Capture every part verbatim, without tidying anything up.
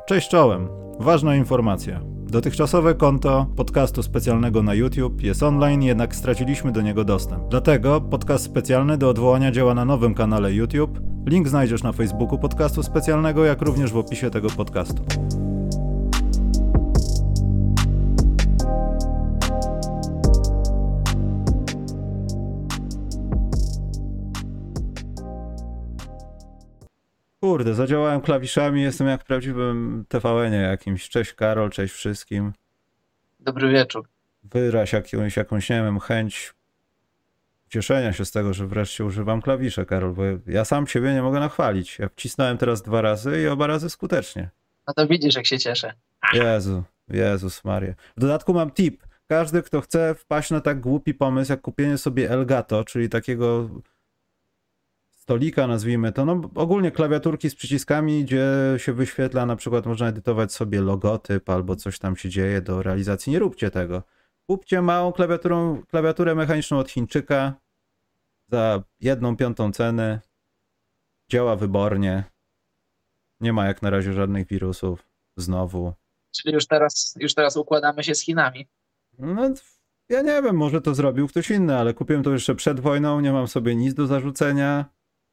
Cześć czołem. Ważna informacja. Dotychczasowe konto podcastu specjalnego na YouTube jest online, jednak straciliśmy do niego dostęp. Dlatego podcast specjalny do odwołania działa na nowym kanale YouTube. Link znajdziesz na Facebooku podcastu specjalnego, jak również w opisie tego podcastu. Kurde, zadziałałem klawiszami, jestem jak w prawdziwym T V N-ie jakimś. Cześć Karol, cześć wszystkim. Dobry wieczór. Wyraź jakąś, jakąś, nie wiem, chęć cieszenia się z tego, że wreszcie używam klawisza, Karol, bo ja sam siebie nie mogę nachwalić. Ja wcisnąłem teraz dwa razy i oba razy skutecznie. No to widzisz, jak się cieszę. Jezu, Jezus Maria. W dodatku mam tip. Każdy, kto chce wpaść na tak głupi pomysł, jak kupienie sobie Elgato, czyli takiego stolika, nazwijmy to, no ogólnie klawiaturki z przyciskami, gdzie się wyświetla, na przykład można edytować sobie logotyp albo coś tam się dzieje do realizacji. Nie róbcie tego. Kupcie małą klawiaturę, klawiaturę mechaniczną od Chińczyka za jedną piątą ceny. Działa wybornie. Nie ma jak na razie żadnych wirusów. Znowu. Czyli już teraz, już teraz układamy się z Chinami. No, ja nie wiem, może to zrobił ktoś inny, ale kupiłem to jeszcze przed wojną, nie mam sobie nic do zarzucenia.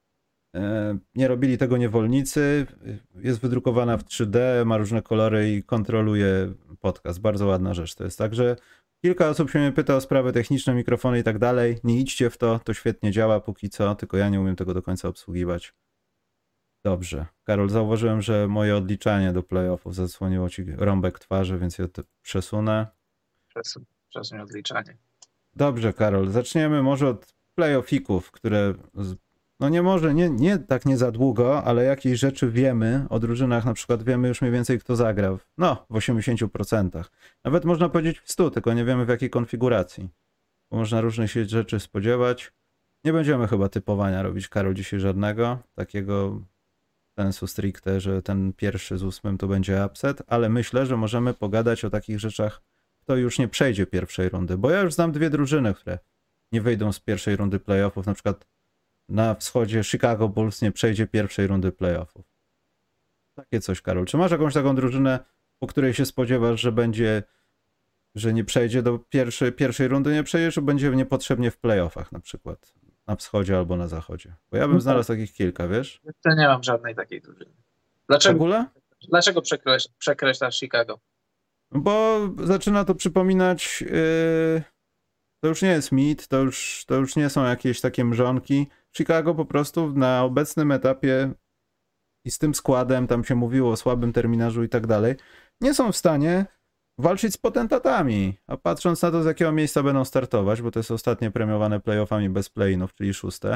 Nie robili tego niewolnicy. Jest wydrukowana w trzy D, ma różne kolory i kontroluje podcast. Bardzo ładna rzecz to jest. Także kilka osób się mnie pyta o sprawy techniczne, mikrofony i tak dalej. Nie idźcie w to, to świetnie działa póki co, tylko ja nie umiem tego do końca obsługiwać. Dobrze. Karol, zauważyłem, że moje odliczanie do playoffów zasłoniło ci rąbek twarzy, więc ja to przesunę. Przesuń, przesuń odliczanie. Dobrze, Karol, zaczniemy może od playoffików, które no nie może, nie, nie tak nie za długo, ale jakieś rzeczy wiemy o drużynach, na przykład wiemy już mniej więcej kto zagra. No, w osiemdziesięciu procentach. Nawet można powiedzieć w stu, tylko nie wiemy w jakiej konfiguracji. Bo można różnych się rzeczy spodziewać. Nie będziemy chyba typowania robić, Karol, dzisiaj żadnego takiego sensu stricte, że ten pierwszy z ósmym to będzie upset, ale myślę, że możemy pogadać o takich rzeczach, kto już nie przejdzie pierwszej rundy, bo ja już znam dwie drużyny, które nie wyjdą z pierwszej rundy playoffów, na przykład na wschodzie Chicago Bulls nie przejdzie pierwszej rundy playoffów. Takie coś, Karol. Czy masz jakąś taką drużynę, po której się spodziewasz, że będzie, że nie przejdzie do pierwszej, pierwszej rundy, nie przejdzie, czy będzie niepotrzebnie w playoffach na przykład? Na wschodzie albo na zachodzie. Bo ja bym znalazł takich kilka, wiesz? Jeszcze nie mam żadnej takiej drużyny. W Dlaczego, ogóle? dlaczego przekreś, przekreślasz Chicago? Bo zaczyna to przypominać, yy, to już nie jest mit, to już, to już nie są jakieś takie mrzonki. Chicago po prostu na obecnym etapie i z tym składem, tam się mówiło o słabym terminarzu i tak dalej, nie są w stanie walczyć z potentatami. A patrząc na to, z jakiego miejsca będą startować, bo to jest ostatnie premiowane playoffami bez play-inów, czyli szóste.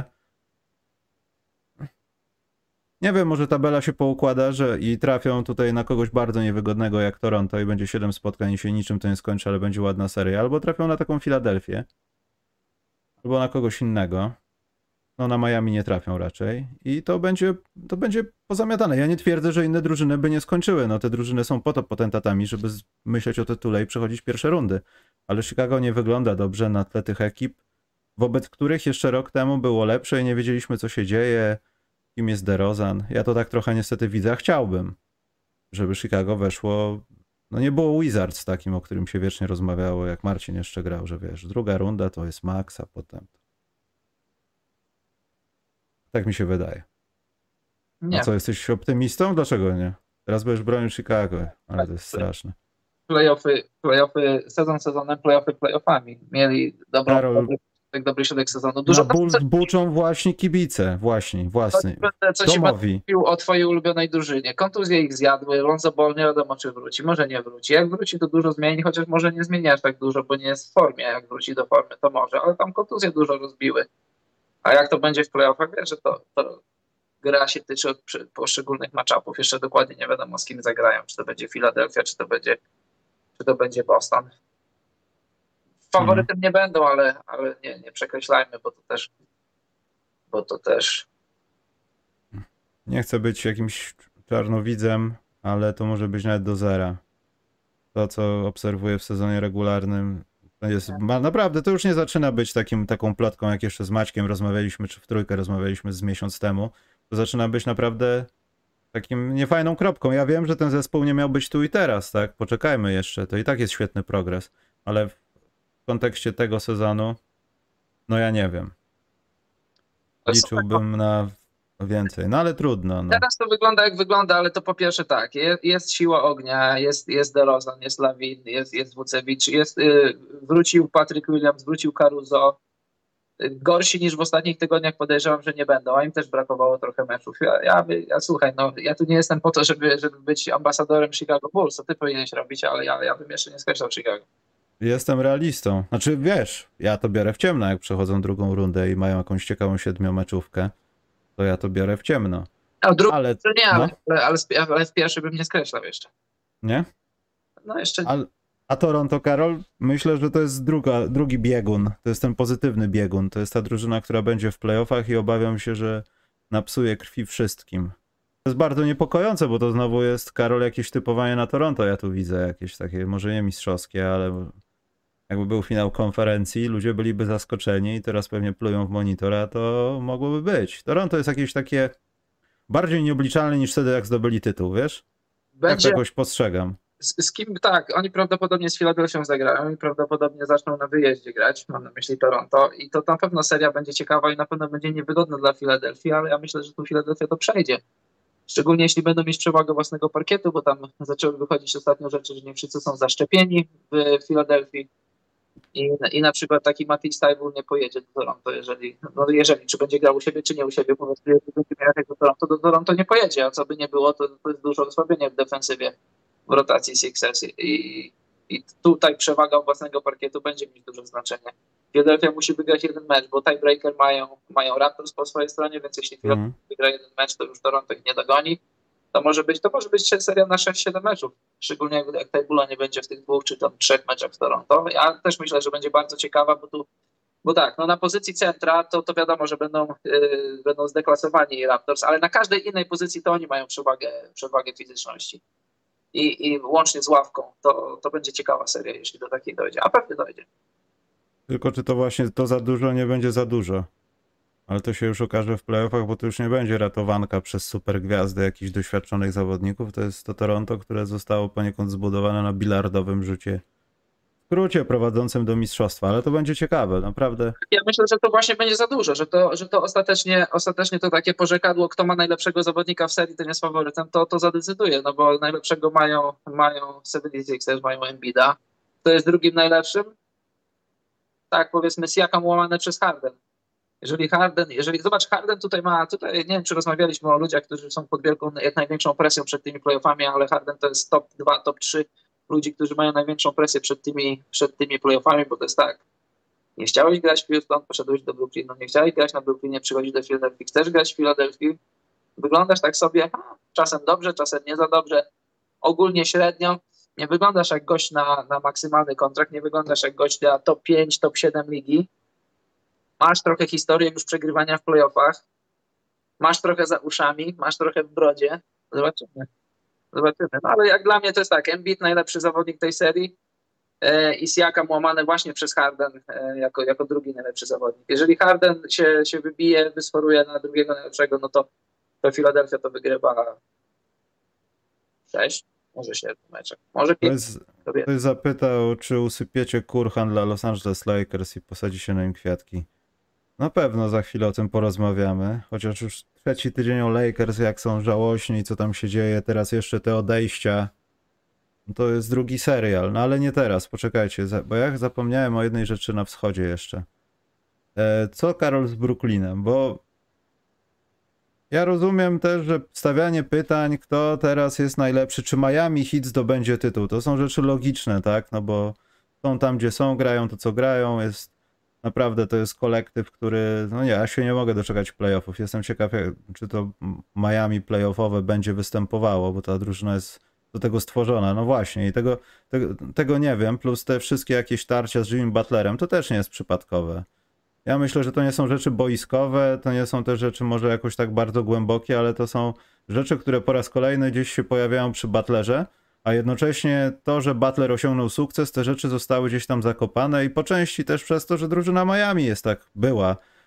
Nie wiem, może tabela się poukłada, że i trafią tutaj na kogoś bardzo niewygodnego jak Toronto i będzie siedem spotkań i się niczym to nie skończy, ale będzie ładna seria. Albo trafią na taką Filadelfię. Albo na kogoś innego. No na Miami nie trafią raczej. I to będzie, to będzie pozamiatane. Ja nie twierdzę, że inne drużyny by nie skończyły. No te drużyny są po to potentatami, żeby myśleć o tytule i przechodzić pierwsze rundy. Ale Chicago nie wygląda dobrze na tle tych ekip, wobec których jeszcze rok temu było lepsze i nie wiedzieliśmy, co się dzieje, kim jest DeRozan. Ja to tak trochę niestety widzę, a chciałbym, żeby Chicago weszło. No nie było Wizards takim, o którym się wiecznie rozmawiało, jak Marcin jeszcze grał, że wiesz, druga runda to jest max, a potem... Tak mi się wydaje. Nie. A co, jesteś optymistą? Dlaczego nie? Teraz będziesz bronił Chicago, ale to jest straszne. Playoffy, playoffy, sezon sezonem, playoffy playoffami. Mieli dobrą, Karol, dobry, tak dobry środek sezonu. Dużo na ból, buczą właśnie kibice, właśnie, własni, co ci domowi. mówił o twojej ulubionej drużynie. Kontuzje ich zjadły, Lonzo Ball nie wiadomo czy wróci, może nie wróci. Jak wróci to dużo zmieni, chociaż może nie zmieni aż tak dużo, bo nie jest w formie. Jak wróci do formy to może, ale tam kontuzje dużo rozbiły. A jak to będzie w playoffach, wiesz, że to, to gra się tyczy od poszczególnych matchupów. Jeszcze dokładnie nie wiadomo z kim zagrają, czy to będzie Philadelphia, czy to będzie, czy to będzie Boston. Faworytem mm. nie będą, ale, ale nie, nie przekreślajmy, bo to też bo to też nie chcę być jakimś czarnowidzem, ale to może być nawet do zera. To, co obserwuję w sezonie regularnym, to jest naprawdę, to już nie zaczyna być takim, taką plotką, jak jeszcze z Maćkiem rozmawialiśmy, czy w trójkę rozmawialiśmy z miesiąc temu. To zaczyna być naprawdę takim niefajną kropką. Ja wiem, że ten zespół nie miał być tu i teraz, tak? Poczekajmy jeszcze, to i tak jest świetny progres, ale w kontekście tego sezonu, no ja nie wiem. Liczyłbym na więcej, no ale trudno. No. Teraz to wygląda jak wygląda, ale to po pierwsze tak, jest, jest siła ognia, jest, jest DeRozan, jest Lavin, jest, jest Vucevic, jest, yy, wrócił Patrick Williams, wrócił Caruso. Gorsi niż w ostatnich tygodniach podejrzewam, że nie będą, a im też brakowało trochę meczów. Ja, ja, ja słuchaj, no ja tu nie jestem po to, żeby, żeby być ambasadorem Chicago Bulls, to ty powinieneś robić, ale ja, ja bym jeszcze nie skreślał Chicago. Jestem realistą. Znaczy wiesz, ja to biorę w ciemno, jak przechodzą drugą rundę i mają jakąś ciekawą siedmiomeczówkę, to ja to biorę w ciemno. A w drugą ale, to nie, ale, no. ale, ale w pierwszy bym nie skreślał jeszcze. Nie? No jeszcze nie. Ale, a Toronto, Karol, myślę, że to jest druga, drugi biegun. To jest ten pozytywny biegun. To jest ta drużyna, która będzie w playoffach i obawiam się, że napsuje krwi wszystkim. To jest bardzo niepokojące, bo to znowu jest, Karol, jakieś typowanie na Toronto. Ja tu widzę jakieś takie, może nie mistrzowskie, ale jakby był finał konferencji, ludzie byliby zaskoczeni i teraz pewnie plują w monitor, a to mogłoby być. Toronto jest jakieś takie bardziej nieobliczalne niż wtedy, jak zdobyli tytuł, wiesz? Będzie... Tak to jakoś postrzegam. Z, z kim, tak, oni prawdopodobnie z Filadelfią zagrają i prawdopodobnie zaczną na wyjeździe grać, mam na myśli Toronto i to na pewno seria będzie ciekawa i na pewno będzie niewygodna dla Filadelfii, ale ja myślę, że tu Filadelfia to przejdzie. Szczególnie jeśli będą mieć przewagę własnego parkietu, bo tam zaczęły wychodzić ostatnio rzeczy, że nie wszyscy są zaszczepieni w Filadelfii i, i na przykład taki Matisse Thybulle nie pojedzie do Toronto, jeżeli, no jeżeli, czy będzie grał u siebie, czy nie u siebie, po prostu jeżeli będzie miał do Toronto, do Toronto nie pojedzie, a co by nie było, to, to jest dużo osłabienie w defensywie w rotacji Sixers i, i tutaj przewaga własnego parkietu będzie mieć duże znaczenie. Philadelphia musi wygrać jeden mecz, bo tiebreaker mają, mają Raptors po swojej stronie, więc jeśli Philadelphia mm. wygra jeden mecz, to już Toronto ich nie dogoni. To może być, to może być seria na sześć siedem meczów, szczególnie jak, jak Thybulla nie będzie w tych dwóch czy tam trzech meczach w Toronto. Ja też myślę, że będzie bardzo ciekawa, bo tu bo tak, no na pozycji centra to, to wiadomo, że będą, yy, będą zdeklasowani Raptors, ale na każdej innej pozycji to oni mają przewagę, przewagę fizyczności. I, i łącznie z ławką, to, to będzie ciekawa seria, jeśli do takiej dojdzie. A pewnie dojdzie. Tylko czy to właśnie to za dużo nie będzie za dużo. Ale to się już okaże w playoffach, bo to już nie będzie ratowanka przez super gwiazdy jakichś doświadczonych zawodników. To jest to Toronto, które zostało poniekąd zbudowane na bilardowym rzucie. W skrócie prowadzącym do mistrzostwa, ale to będzie ciekawe, naprawdę. Ja myślę, że to właśnie będzie za dużo, że to, że to ostatecznie, ostatecznie to takie porzekadło, kto ma najlepszego zawodnika w serii, ten jest faworytem, to, to zadecyduje, no bo najlepszego mają, mają seventy-sixers, mają Embida. Kto jest drugim najlepszym? Tak, powiedzmy Siakam łamane przez Harden. Jeżeli Harden, jeżeli zobacz, Harden tutaj ma, tutaj nie wiem, czy rozmawialiśmy o ludziach, którzy są pod wielką, jak największą presją przed tymi playoffami, ale Harden to jest top dwa, top trzy ludzi, którzy mają największą presję przed tymi, przed tymi playoffami, bo to jest tak, nie chciałeś grać w Houston, poszedłeś do Brooklynu, nie chciałeś grać na Brooklynie, przychodzisz do Filadelfii, chcesz grać w Filadelfii, wyglądasz tak sobie, czasem dobrze, czasem nie za dobrze, ogólnie średnio, nie wyglądasz jak gość na, na maksymalny kontrakt, nie wyglądasz jak gość na top pięć, top siedem ligi, masz trochę historii już przegrywania w playoffach, masz trochę za uszami, masz trochę w brodzie, zobaczymy. Zobaczymy. No ale jak dla mnie to jest tak, Embiid najlepszy zawodnik tej serii e, i Siakam łamane właśnie przez Harden e, jako, jako drugi najlepszy zawodnik. Jeżeli Harden się, się wybije, wysforuje na drugiego najlepszego, no to, to Philadelphia to wygrywa sześć, może siedem meczek, może pięć. Ktoś zapytał, czy usypiecie kurhan dla Los Angeles Lakers i posadzi się na nim kwiatki. Na pewno za chwilę o tym porozmawiamy, chociaż już trzeci tydzień o Lakers, jak są żałośni, co tam się dzieje, teraz jeszcze te odejścia, to jest drugi serial, no ale nie teraz, poczekajcie, bo ja zapomniałem o jednej rzeczy na wschodzie jeszcze. E, co Karol z Brooklynem, bo ja rozumiem też, że stawianie pytań, kto teraz jest najlepszy, czy Miami Heat zdobędzie tytuł, to są rzeczy logiczne, tak, no bo są tam, gdzie są, grają to, co grają, jest naprawdę to jest kolektyw, który, no nie, ja się nie mogę doczekać playoffów. Jestem ciekaw, czy to Miami playoffowe będzie występowało, bo ta drużyna jest do tego stworzona. No właśnie i tego, tego, tego nie wiem, plus te wszystkie jakieś tarcia z Jimmy Butlerem, to też nie jest przypadkowe. Ja myślę, że to nie są rzeczy boiskowe, to nie są te rzeczy może jakoś tak bardzo głębokie, ale to są rzeczy, które po raz kolejny gdzieś się pojawiają przy Butlerze, a jednocześnie to, że Butler osiągnął sukces, te rzeczy zostały gdzieś tam zakopane i po części też przez to, że drużyna Miami jest tak, była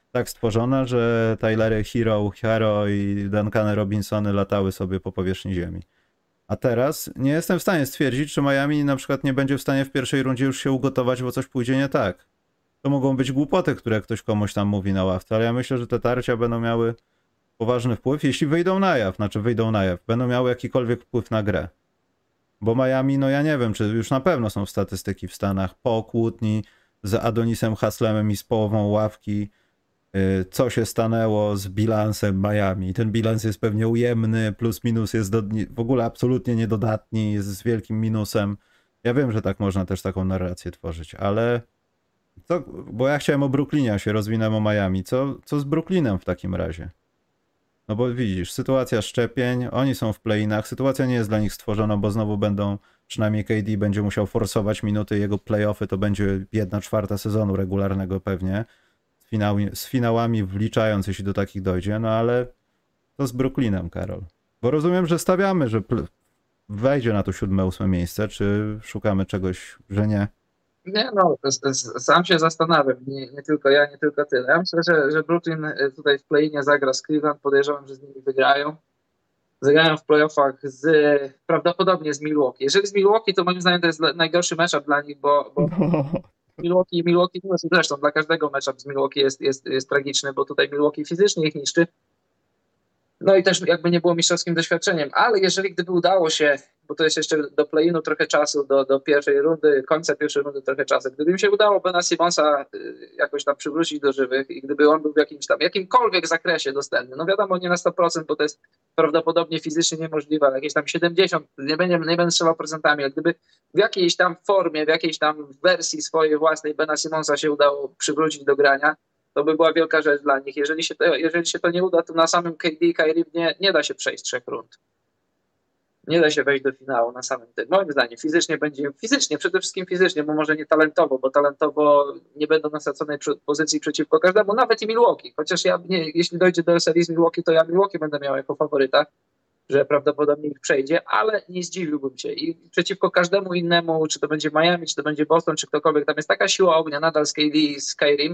tak stworzona, że Tylery Hero, Hero i Duncany Robinsony latały sobie po powierzchni ziemi. A teraz nie jestem w stanie stwierdzić, czy Miami na przykład nie będzie w stanie w pierwszej rundzie już się ugotować, bo coś pójdzie nie tak. To mogą być głupoty, które ktoś komuś tam mówi na ławce, ale ja myślę, że te tarcia będą miały poważny wpływ, jeśli wyjdą na jaw, znaczy wyjdą na jaw, będą miały jakikolwiek wpływ na grę. Bo Miami, no ja nie wiem, czy już na pewno są statystyki w Stanach po kłótni z Adonisem Haslemem i z połową ławki, co się stanęło z bilansem Miami. Ten bilans jest pewnie ujemny, plus minus jest do, w ogóle absolutnie niedodatni, jest z wielkim minusem. Ja wiem, że tak można też taką narrację tworzyć, ale co, bo ja chciałem o Brooklynie, a się rozwinąłem o Miami. Co, co z Brooklynem w takim razie? No bo widzisz, sytuacja szczepień, oni są w play-inach, sytuacja nie jest dla nich stworzona, bo znowu będą, przynajmniej K D będzie musiał forsować minuty, jego play-offy to będzie jedna czwarta sezonu regularnego pewnie, z, finał, z finałami wliczając, jeśli do takich dojdzie, no ale to z Brooklynem, Karol. Bo rozumiem, że stawiamy, że wejdzie na to siódme, ósme miejsce, czy szukamy czegoś, że nie? Nie no, sam się zastanawiam, nie, nie tylko ja, nie tylko tyle. Ja myślę, że, że Brooklyn tutaj w play-inie zagra z Cleveland, podejrzewam, że z nimi wygrają. Zagrają w playoffach z, prawdopodobnie z Milwaukee. Jeżeli z Milwaukee, to moim zdaniem to jest najgorszy matchup dla nich, bo, bo Milwaukee, Milwaukee zresztą dla każdego matchup z Milwaukee jest, jest, jest tragiczny, bo tutaj Milwaukee fizycznie ich niszczy. No i też jakby nie było mistrzowskim doświadczeniem, ale jeżeli gdyby udało się, bo to jest jeszcze do play-inu trochę czasu, do, do pierwszej rundy, końca pierwszej rundy trochę czasu, gdyby mi się udało Bena Simonsa jakoś tam przywrócić do żywych i gdyby on był w jakimś tam, jakimkolwiek zakresie dostępny, no wiadomo nie na sto procent, bo to jest prawdopodobnie fizycznie niemożliwe, ale jakieś tam siedemdziesiąt, nie będę, nie będę strzelał procentami, ale gdyby w jakiejś tam formie, w jakiejś tam wersji swojej własnej Bena Simonsa się udało przywrócić do grania, to by była wielka rzecz dla nich. Jeżeli się to, jeżeli się to nie uda, to na samym K D i Kyrie nie, nie da się przejść trzech rund. Nie da się wejść do finału na samym tym. Moim zdaniem fizycznie będzie, fizycznie, przede wszystkim fizycznie, bo może nie talentowo, bo talentowo nie będą na straconej pozycji przeciwko każdemu, nawet i Milwaukee. Chociaż ja, nie, jeśli dojdzie do serii z Milwaukee, to ja Milwaukee będę miał jako faworyta, że prawdopodobnie ich przejdzie, ale nie zdziwiłbym się. I przeciwko każdemu innemu, czy to będzie Miami, czy to będzie Boston, czy ktokolwiek, tam jest taka siła ognia nadal z K D i z Kyrie,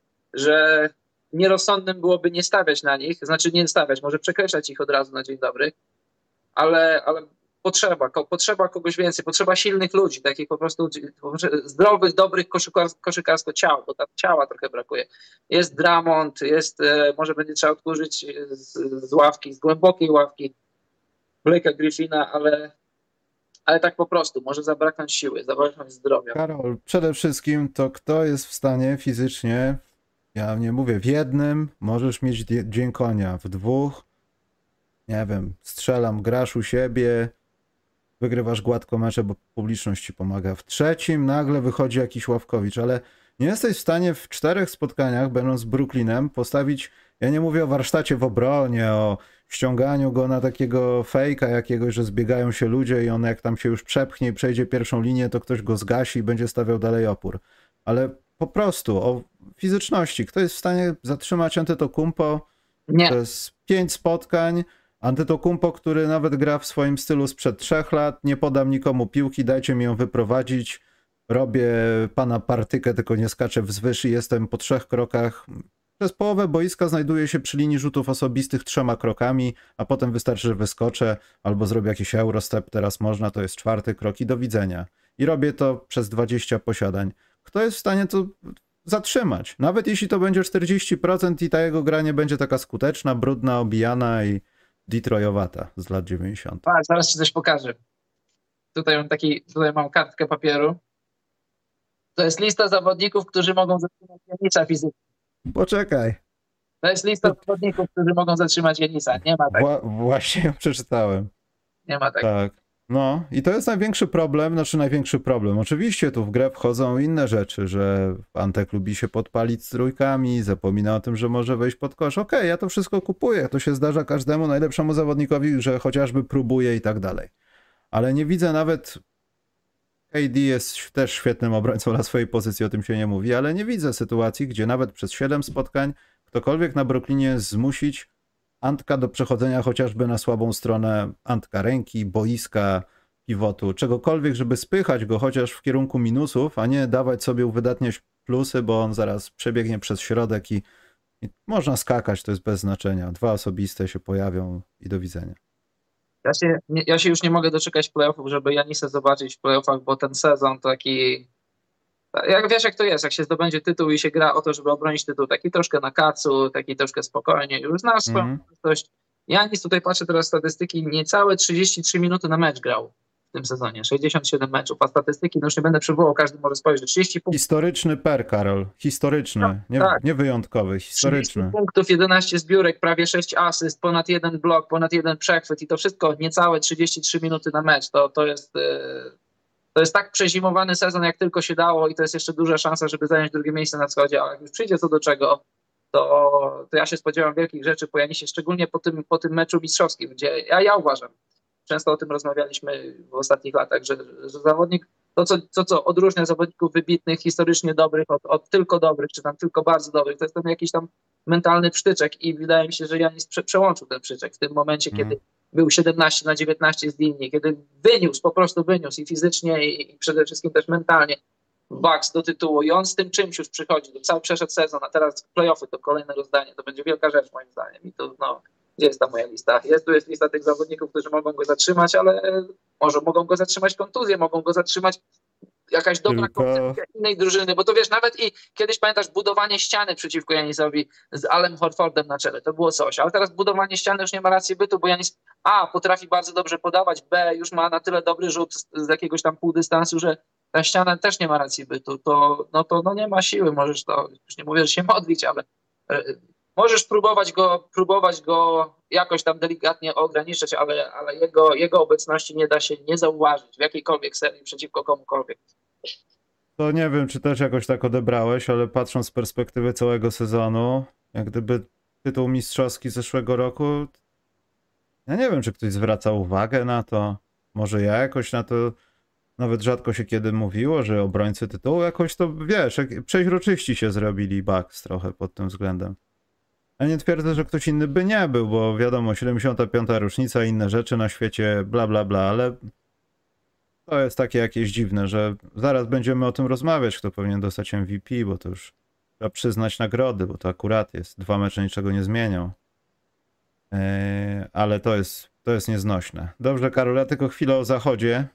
że nierozsądnym byłoby nie stawiać na nich, znaczy nie stawiać, może przekreślać ich od razu na dzień dobry, ale, ale potrzeba, ko, potrzeba kogoś więcej, potrzeba silnych ludzi, takich po prostu zdrowych, dobrych koszykarsko, koszykarsko ciał, bo tam ciała trochę brakuje. Jest Drummond, jest, może będzie trzeba odkurzyć z, z ławki, z głębokiej ławki Blake'a Griffina, ale ale tak po prostu, może zabraknąć siły, zabraknąć zdrowia. Karol, przede wszystkim to kto jest w stanie fizycznie, ja nie mówię w jednym, możesz mieć dzień konia, w dwóch, nie wiem, strzelam, grasz u siebie, wygrywasz gładko mecze, bo publiczność ci pomaga. W trzecim nagle wychodzi jakiś Ławkowicz, ale nie jesteś w stanie w czterech spotkaniach, będąc z Brooklynem, postawić, ja nie mówię o warsztacie w obronie, o ściąganiu go na takiego fejka jakiegoś, że zbiegają się ludzie i on jak tam się już przepchnie i przejdzie pierwszą linię, to ktoś go zgasi i będzie stawiał dalej opór. Ale po prostu o fizyczności. Kto jest w stanie zatrzymać Antetokounmpo? Nie. To jest pięć spotkań. Antetokounmpo, który nawet gra w swoim stylu sprzed trzech lat. Nie podam nikomu piłki, dajcie mi ją wyprowadzić. Robię pana partykę, tylko nie skaczę wzwyż i jestem po trzech krokach. Przez połowę boiska znajduję się przy linii rzutów osobistych trzema krokami, a potem wystarczy, że wyskoczę albo zrobię jakiś Eurostep, teraz można, to jest czwarty krok i do widzenia. I robię to przez dwadzieścia posiadań. Kto jest w stanie to zatrzymać? Nawet jeśli to będzie czterdzieści procent i ta jego gra nie będzie taka skuteczna, brudna, obijana i detroitowata z lat dziewięćdziesiątych. A, zaraz ci coś pokażę. Tutaj mam, taki, tutaj mam kartkę papieru. To jest lista zawodników, którzy mogą zatrzymać Janisa fizycznie. Poczekaj. To jest lista zawodników, którzy mogą zatrzymać Janisa. Nie ma tak. Wła właśnie ją przeczytałem. Nie ma tak. Tak. No i to jest największy problem, znaczy największy problem. Oczywiście tu w grę wchodzą inne rzeczy, że Antek lubi się podpalić z trójkami, zapomina o tym, że może wejść pod kosz. Okej, okay, ja to wszystko kupuję, to się zdarza każdemu najlepszemu zawodnikowi, że chociażby próbuje i tak dalej. Ale nie widzę nawet, K D jest też świetnym obrońcą na swojej pozycji, o tym się nie mówi, ale nie widzę sytuacji, gdzie nawet przez siedem spotkań ktokolwiek na Brooklynie zmusić Antka do przechodzenia chociażby na słabą stronę Antka ręki, boiska, pivotu, czegokolwiek, żeby spychać go chociaż w kierunku minusów, a nie dawać sobie uwydatniać plusy, bo on zaraz przebiegnie przez środek i, I można skakać, to jest bez znaczenia. Dwa osobiste się pojawią i do widzenia. Ja się, nie, ja się już nie mogę doczekać playoffów, żeby Janisa zobaczyć w playoffach, bo ten sezon taki... Jak wiesz, jak to jest, jak się zdobędzie tytuł i się gra o to, żeby obronić tytuł, taki troszkę na kacu, taki troszkę spokojnie, już znasz swoją Mhm. wartość. Janis, tutaj patrzę teraz statystyki, niecałe trzydzieści trzy minuty na mecz grał w tym sezonie, sześćdziesiąt siedem meczów, a statystyki, no już nie będę przywołał, każdy może spojrzeć, trzydzieści punktów. Historyczny per, Karol. Historyczny. Nie, tak. nie wyjątkowy, historyczny. trzydzieści punktów, jedenaście zbiórek, prawie sześć asyst, ponad jeden blok, ponad jeden przechwyt i to wszystko niecałe trzydzieści trzy minuty na mecz. To, to jest... Yy... To jest tak przezimowany sezon, jak tylko się dało i to jest jeszcze duża szansa, żeby zająć drugie miejsce na wschodzie, a jak już przyjdzie co do czego, to, to ja się spodziewam wielkich rzeczy po Janisie, szczególnie po tym, po tym meczu mistrzowskim, gdzie ja, ja uważam, często o tym rozmawialiśmy w ostatnich latach, że, że zawodnik, to co, to co odróżnia zawodników wybitnych, historycznie dobrych od, od tylko dobrych, czy tam tylko bardzo dobrych, to jest ten jakiś tam mentalny psztyczek i wydaje mi się, że Janis prze, przełączył ten pszyczek w tym momencie, mm. kiedy był siedemnaście na dziewiętnaście z linii, kiedy wyniósł, po prostu wyniósł i fizycznie i, i przede wszystkim też mentalnie Bucks do tytułu i on z tym czymś już przychodzi, to cały przeszedł sezon, a teraz playoffy to kolejne rozdanie, to będzie wielka rzecz moim zdaniem i to no, gdzie jest ta moja lista? Jest tu jest lista tych zawodników, którzy mogą go zatrzymać, ale może mogą go zatrzymać kontuzje, mogą go zatrzymać jakaś dobra Tylko... koncepcja innej drużyny, bo to wiesz, nawet i kiedyś pamiętasz budowanie ściany przeciwko Janisowi z Alem Horfordem na czele, to było coś, ale teraz budowanie ściany już nie ma racji bytu, bo Janis A, potrafi bardzo dobrze podawać, B, już ma na tyle dobry rzut z, z jakiegoś tam półdystansu, że ta ściana też nie ma racji bytu, to no to no nie ma siły, możesz to, już nie mówię, że się modlić, ale y, możesz próbować go, próbować go jakoś tam delikatnie ograniczyć, ale, ale jego, jego obecności nie da się nie zauważyć w jakiejkolwiek serii przeciwko komukolwiek. To nie wiem, czy też jakoś tak odebrałeś, ale patrząc z perspektywy całego sezonu, jak gdyby tytuł mistrzowski zeszłego roku, ja nie wiem, czy ktoś zwraca uwagę na to, może ja jakoś na to, nawet rzadko się kiedy mówiło, że obrońcy tytułu jakoś to, wiesz, jak przeźroczyści się zrobili Bucks trochę pod tym względem. Ja nie twierdzę, że ktoś inny by nie był, bo wiadomo, siedemdziesiąta piąta rocznica, inne rzeczy na świecie, bla, bla, bla, ale to jest takie jakieś dziwne, że zaraz będziemy o tym rozmawiać, kto powinien dostać M V P, bo to już trzeba przyznać nagrody, bo to akurat jest. Dwa mecze niczego nie zmienią. Yy, ale to jest, to jest nieznośne. Dobrze, Karol, ja tylko chwilę o zachodzie.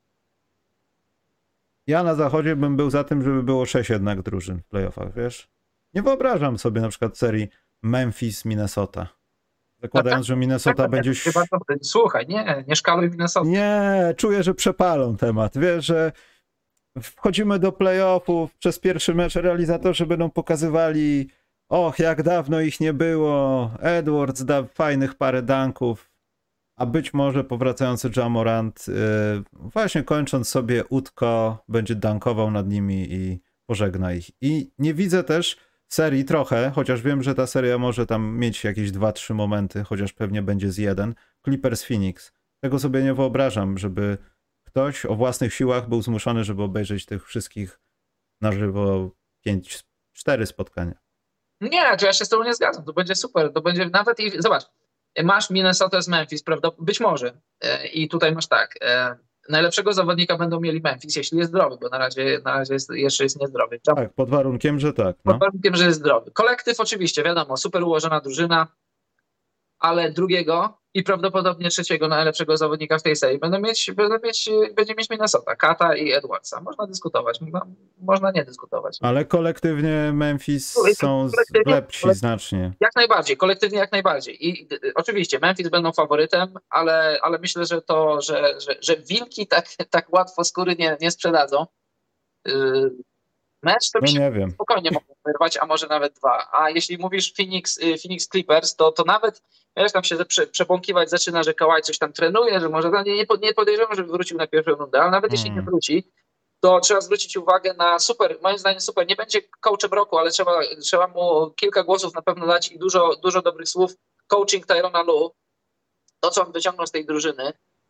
Ja na zachodzie bym był za tym, żeby było sześć jednak drużyn w playoffach, wiesz? Nie wyobrażam sobie na przykład serii Memphis-Minnesota. Zakładając, że Minnesota będzie... Słuchaj, nie, nie szkaluj Minnesota. Nie, czuję, że przepalą temat. Wiesz, że wchodzimy do playoffów, przez pierwszy mecz realizatorzy będą pokazywali, och, jak dawno ich nie było, Edwards da fajnych parę dunków, a być może powracający Ja Morant, yy, właśnie kończąc sobie utko, będzie dunkował nad nimi i pożegna ich. I nie widzę też serii trochę, chociaż wiem, że ta seria może tam mieć jakieś dwa, trzy momenty, chociaż pewnie będzie z jeden. Clippers Phoenix. Tego sobie nie wyobrażam, żeby ktoś o własnych siłach był zmuszony, żeby obejrzeć tych wszystkich na żywo pięć, cztery spotkania. Nie, to ja się z tobą nie zgadzam. To będzie super. To będzie nawet i zobacz, masz Minnesota z Memphis, prawda? Być może. I tutaj masz tak. Najlepszego zawodnika będą mieli Memphis, jeśli jest zdrowy, bo na razie, na razie jest, jeszcze jest niezdrowy. Tak, pod warunkiem, że tak. No. Pod warunkiem, że jest zdrowy. Kolektyw oczywiście, wiadomo, super ułożona drużyna, ale drugiego i prawdopodobnie trzeciego najlepszego zawodnika w tej serii będą mieć, będą mieć, będzie mieć Minnesota, Kata i Edwardsa. Można dyskutować, można, można nie dyskutować. Ale kolektywnie Memphis są kolektywnie, lepsi kolektywnie, znacznie. Jak najbardziej, kolektywnie jak najbardziej. I oczywiście Memphis będą faworytem, ale, ale myślę, że to, że, że, że wilki tak, tak łatwo skóry nie, nie sprzedadzą. Yy, Mecz to no mi nie się wiem. spokojnie mogą wyrwać, a może nawet dwa. A jeśli mówisz Phoenix, Phoenix Clippers, to, to nawet wiesz, tam się prze, przebąkiwać zaczyna, że Kawhi coś tam trenuje, że może nie, nie, nie podejrzewam, żeby wrócił na pierwszą rundę, ale nawet hmm. jeśli nie wróci, to trzeba zwrócić uwagę na super, moim zdaniem super, nie będzie coachem roku, ale trzeba, trzeba mu kilka głosów na pewno dać i dużo, dużo dobrych słów. Coaching Tyrona Lue, to co on wyciągnął z tej drużyny,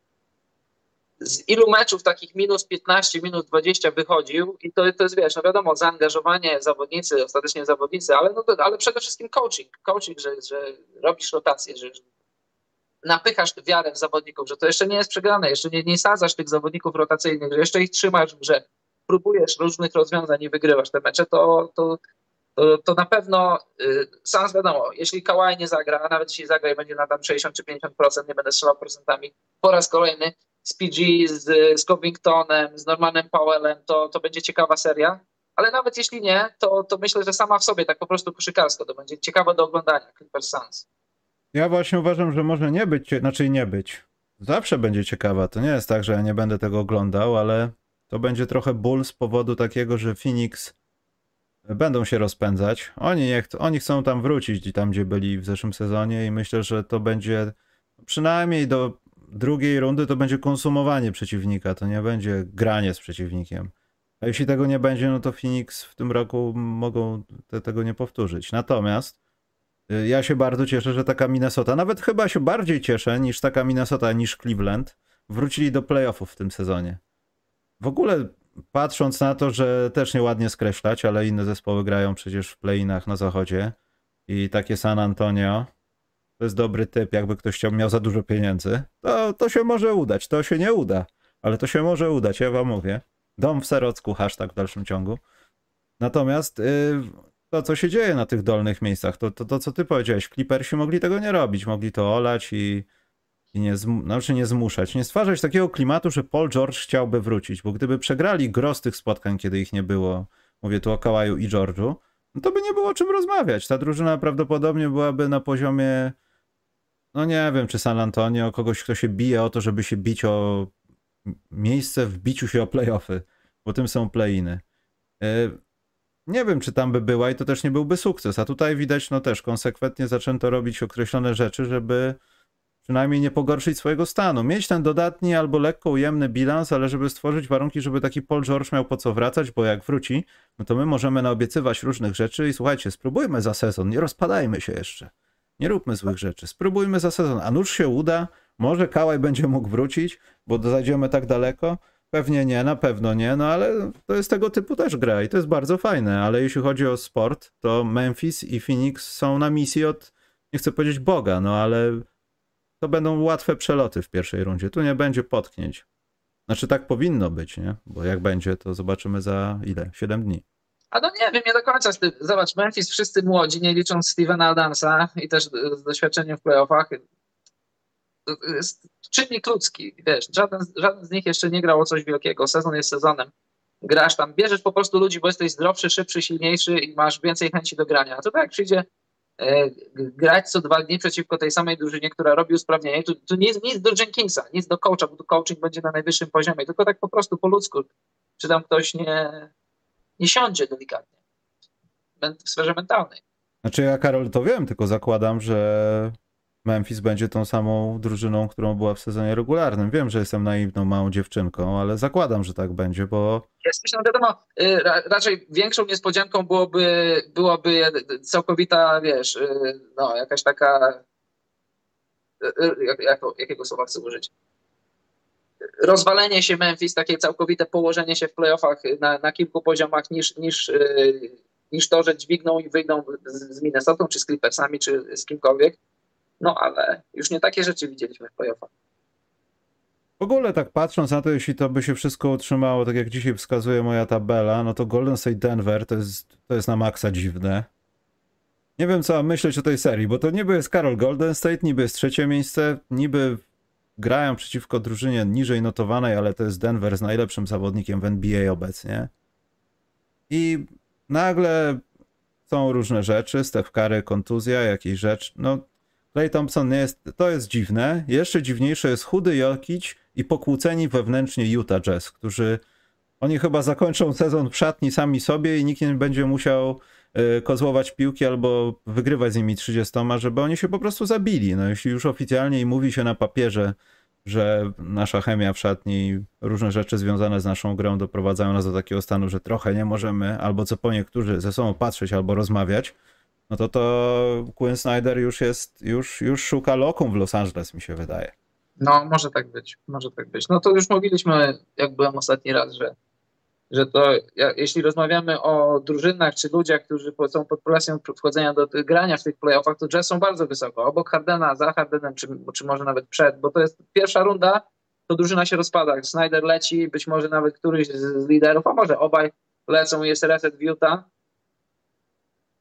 z ilu meczów takich minus piętnaście, minus dwadzieścia wychodził i to, to jest, wiesz, no wiadomo, zaangażowanie, zawodnicy, ostatecznie zawodnicy, ale, no to, ale przede wszystkim coaching, coaching, że, że robisz rotację, że napychasz wiarę w zawodników, że to jeszcze nie jest przegrane, jeszcze nie, nie sadzasz tych zawodników rotacyjnych, że jeszcze ich trzymasz w grze, próbujesz różnych rozwiązań i wygrywasz te mecze, to, to, to, to na pewno y, Suns wiadomo, jeśli Kawhi nie zagra, a nawet jeśli zagra i będzie na tam sześćdziesiąt czy pięćdziesiąt procent, nie będę strzelał procentami, po raz kolejny z P G, z, z Covingtonem, z Normanem Powellem, to, to będzie ciekawa seria. Ale nawet jeśli nie, to, to myślę, że sama w sobie tak po prostu koszykarsko to będzie ciekawe do oglądania Clippers Suns. Ja właśnie uważam, że może nie być, znaczy nie być. Zawsze będzie ciekawa. To nie jest tak, że ja nie będę tego oglądał, ale to będzie trochę ból z powodu takiego, że Phoenix będą się rozpędzać. Oni, nie ch- oni chcą tam wrócić tam, gdzie byli w zeszłym sezonie i myślę, że to będzie przynajmniej do drugiej rundy to będzie konsumowanie przeciwnika, to nie będzie granie z przeciwnikiem. A jeśli tego nie będzie, no to Phoenix w tym roku mogą te, tego nie powtórzyć. Natomiast y, ja się bardzo cieszę, że taka Minnesota, nawet chyba się bardziej cieszę niż taka Minnesota, niż Cleveland, wrócili do playoffów w tym sezonie. W ogóle patrząc na to, że też nieładnie skreślać, ale inne zespoły grają przecież w play-inach na zachodzie i takie San Antonio, to jest dobry typ, jakby ktoś chciał, miał za dużo pieniędzy, to, to się może udać, to się nie uda, ale to się może udać, ja wam mówię. Dom w Serocku, hashtag w dalszym ciągu. Natomiast yy, to, co się dzieje na tych dolnych miejscach, to, to, to co ty powiedziałeś, Clippersi mogli tego nie robić, mogli to olać i, i nie, zm- znaczy nie zmuszać, nie stwarzać takiego klimatu, że Paul George chciałby wrócić, bo gdyby przegrali gros tych spotkań, kiedy ich nie było, mówię tu o Kawhi'u i George'u, no to by nie było o czym rozmawiać. Ta drużyna prawdopodobnie byłaby na poziomie, no nie wiem, czy San Antonio, kogoś, kto się bije o to, żeby się bić o miejsce w biciu się o play-offy, bo tym są play-iny. Nie wiem, czy tam by była i to też nie byłby sukces, a tutaj widać, no też konsekwentnie zaczęto robić określone rzeczy, żeby przynajmniej nie pogorszyć swojego stanu. Mieć ten dodatni albo lekko ujemny bilans, ale żeby stworzyć warunki, żeby taki Paul George miał po co wracać, bo jak wróci, no to my możemy naobiecywać różnych rzeczy i słuchajcie, spróbujmy za sezon, nie rozpadajmy się jeszcze. Nie róbmy złych rzeczy, spróbujmy za sezon, a nuż się uda, może Kawhi będzie mógł wrócić, bo zajdziemy tak daleko. Pewnie nie, na pewno nie, no ale to jest tego typu też gra i to jest bardzo fajne, ale jeśli chodzi o sport, to Memphis i Phoenix są na misji od, nie chcę powiedzieć Boga, no ale to będą łatwe przeloty w pierwszej rundzie, tu nie będzie potknięć. Znaczy tak powinno być, nie? Bo jak będzie, to zobaczymy za ile? siedem dni. A no nie wiem, nie do końca. Zobacz, Memphis wszyscy młodzi, nie licząc Stevena Adamsa i też z doświadczeniem w playoffach. To jest czynnik ludzki, wiesz, żaden, żaden z nich jeszcze nie grał o coś wielkiego, sezon jest sezonem. Grasz tam, bierzesz po prostu ludzi, bo jesteś zdrowszy, szybszy, silniejszy i masz więcej chęci do grania. A to tak jak przyjdzie e, grać co dwa dni przeciwko tej samej drużynie, która robi usprawnienie, tu, tu nic, nic do Jenkinsa, nic do coacha, bo tu coaching będzie na najwyższym poziomie, tylko tak po prostu po ludzku, czy tam ktoś nie, nie siądzie delikatnie w sferze mentalnej. Znaczy ja, Karol, to wiem, tylko zakładam, że Memphis będzie tą samą drużyną, którą była w sezonie regularnym. Wiem, że jestem naiwną małą dziewczynką, ale zakładam, że tak będzie, bo... Jest, no wiadomo, raczej większą niespodzianką byłoby, byłoby całkowita, wiesz, no jakaś taka, jak, jak, jakiego słowa chcę użyć? Rozwalenie się Memphis, takie całkowite położenie się w playoffach na, na kilku poziomach niż, niż, niż to, że dźwigną i wyjdą z, z Minnesotą, czy z Clippersami, czy z kimkolwiek. No ale już nie takie rzeczy widzieliśmy w playoffach. W ogóle tak patrząc na to, jeśli to by się wszystko utrzymało, tak jak dzisiaj wskazuje moja tabela, no to Golden State Denver to jest, to jest na maksa dziwne. Nie wiem, co mam myśleć o tej serii, bo to niby jest Karol Golden State, niby jest trzecie miejsce, niby grają przeciwko drużynie niżej notowanej, ale to jest Denver z najlepszym zawodnikiem w N B A obecnie. I nagle są różne rzeczy, Steph Curry, kontuzja, jakieś rzeczy, no Klay Thompson nie jest, to jest dziwne. Jeszcze dziwniejsze jest chudy Jokic i pokłóceni wewnętrznie Utah Jazz, którzy oni chyba zakończą sezon w szatni sami sobie i nikt nie będzie musiał y, kozłować piłki albo wygrywać z nimi trzydziestoma, żeby oni się po prostu zabili. No jeśli już oficjalnie i mówi się na papierze, że nasza chemia w szatni, różne rzeczy związane z naszą grą doprowadzają nas do takiego stanu, że trochę nie możemy albo co po niektórzy ze sobą patrzeć albo rozmawiać, no to to Quinn Snyder już jest, już, już szuka lokum w Los Angeles, mi się wydaje. No, może tak być, może tak być. No to już mówiliśmy, jak byłem ostatni raz, że, że to, jeśli rozmawiamy o drużynach czy ludziach, którzy są pod presją wchodzenia do grania w tych playoffach, to Jazz są bardzo wysoko. Obok Hardena, za Hardenem, czy, czy może nawet przed, bo to jest pierwsza runda, to drużyna się rozpada. Snyder leci, być może nawet któryś z, z liderów, a może obaj lecą, jest reset w Utah.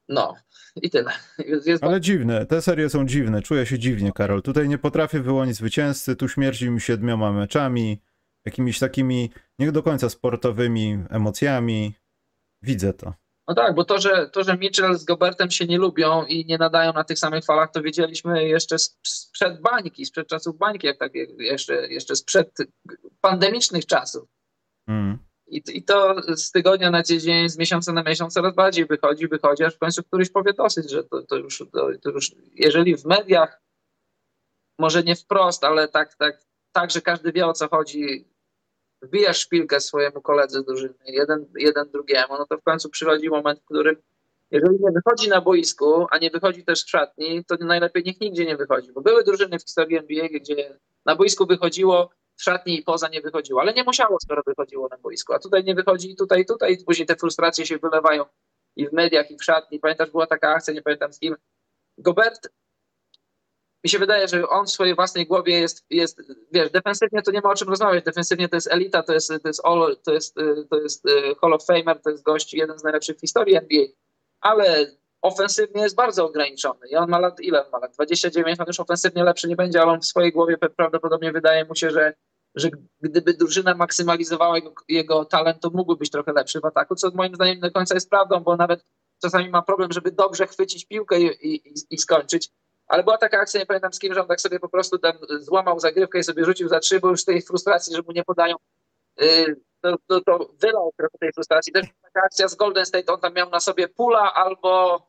No i tyle. Jest, jest Ale dziwne, te serie są dziwne, czuję się dziwnie, Karol. Tutaj nie potrafię wyłonić zwycięzcy, tu śmierdzi mi siedmioma meczami, jakimiś takimi nie do końca sportowymi emocjami. Widzę to. No tak, bo to że, to, że Mitchell z Gobertem się nie lubią i nie nadają na tych samych falach, to wiedzieliśmy jeszcze sprzed bańki, sprzed czasów bańki, jak tak jeszcze, jeszcze sprzed pandemicznych czasów. Mm. I, I to z tygodnia na tydzień, z miesiąca na miesiąc coraz bardziej wychodzi, wychodzi, aż w końcu któryś powie dosyć, że to, to, już, to, to już, jeżeli w mediach, może nie wprost, ale tak, tak, tak, że każdy wie, o co chodzi, wbijasz szpilkę swojemu koledze z drużyny, jeden, jeden drugiemu, no to w końcu przychodzi moment, w którym jeżeli nie wychodzi na boisku, a nie wychodzi też w szatni, to najlepiej niech nigdzie nie wychodzi, bo były drużyny w historii N B A, gdzie na boisku wychodziło, w szatni i poza nie wychodziło, ale nie musiało, skoro wychodziło na boisku, a tutaj nie wychodzi, tutaj, tutaj, później te frustracje się wylewają i w mediach, i w szatni. Pamiętasz, była taka akcja, nie pamiętam z kim, Gobert, mi się wydaje, że on w swojej własnej głowie jest, jest, wiesz, defensywnie to nie ma o czym rozmawiać, defensywnie to jest elita, to jest, to jest, all, to jest, to jest Hall of Famer, to jest gość, jeden z najlepszych w historii N B A, ale ofensywnie jest bardzo ograniczony i on ma lat, ile on ma lat? dwadzieścia dziewięć, on już ofensywnie lepszy nie będzie, ale on w swojej głowie prawdopodobnie wydaje mu się, że, że gdyby drużyna maksymalizowała jego, jego talent, to mógłby być trochę lepszy w ataku, co moim zdaniem nie do końca jest prawdą, bo nawet czasami ma problem, żeby dobrze chwycić piłkę i, i, i skończyć. Ale była taka akcja, nie pamiętam z kim, że on tak sobie po prostu tam złamał zagrywkę i sobie rzucił za trzy, bo już z tej frustracji, że mu nie podają, to, to, to wylał trochę tej frustracji. Też taka akcja z Golden State, on tam miał na sobie Pula albo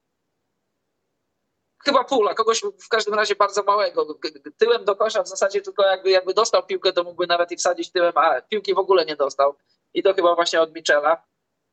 chyba Pula, kogoś w każdym razie bardzo małego, tyłem do kosza w zasadzie tylko jakby, jakby dostał piłkę, to mógłby nawet i wsadzić tyłem, a piłki w ogóle nie dostał. I to chyba właśnie od Mitchella.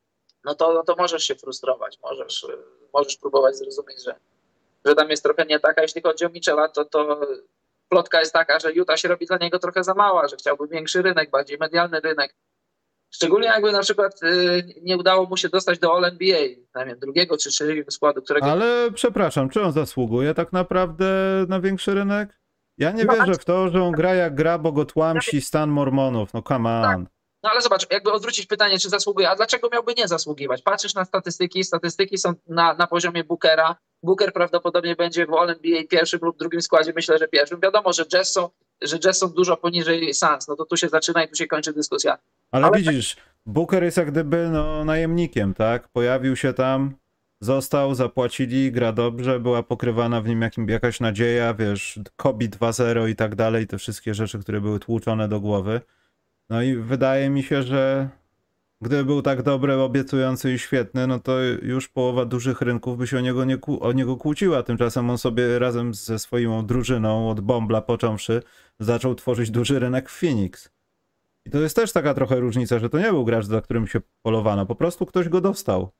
No to, no to możesz się frustrować, możesz, możesz próbować zrozumieć, że że tam jest trochę nie taka. Jeśli chodzi o Mitchella, to, to plotka jest taka, że Utah się robi dla niego trochę za mała, że chciałby większy rynek, bardziej medialny rynek. Szczególnie jakby na przykład y, nie udało mu się dostać do All N B A, nie wiem, drugiego czy trzeciego składu, którego... Ale przepraszam, czy on zasługuje tak naprawdę na większy rynek? Ja nie no, wierzę ale... w to, że on gra jak gra, bo go tłamsi stan Mormonów. No come on. Tak. No ale zobacz, jakby odwrócić pytanie, czy zasługuje, a dlaczego miałby nie zasługiwać? Patrzysz na statystyki, statystyki są na, na poziomie Bookera. Booker prawdopodobnie będzie w All N B A pierwszym lub drugim składzie, myślę, że pierwszym. Wiadomo, że Jazz są, że Jazz są dużo poniżej Suns, no to tu się zaczyna i tu się kończy dyskusja. Ale, ale widzisz, Booker jest jak gdyby no, najemnikiem, tak? Pojawił się tam, został, zapłacili, gra dobrze, była pokrywana w nim jakim, jakaś nadzieja, wiesz, Kobe dwa zero i tak dalej, te wszystkie rzeczy, które były tłuczone do głowy. No i wydaje mi się, że gdyby był tak dobry, obiecujący i świetny, no to już połowa dużych rynków by się o niego, nie, o niego kłóciła. Tymczasem on sobie razem ze swoją drużyną, od Bombla począwszy, zaczął tworzyć duży rynek w Phoenix. I to jest też taka trochę różnica, że to nie był gracz, za którym się polowano. Po prostu ktoś go dostał.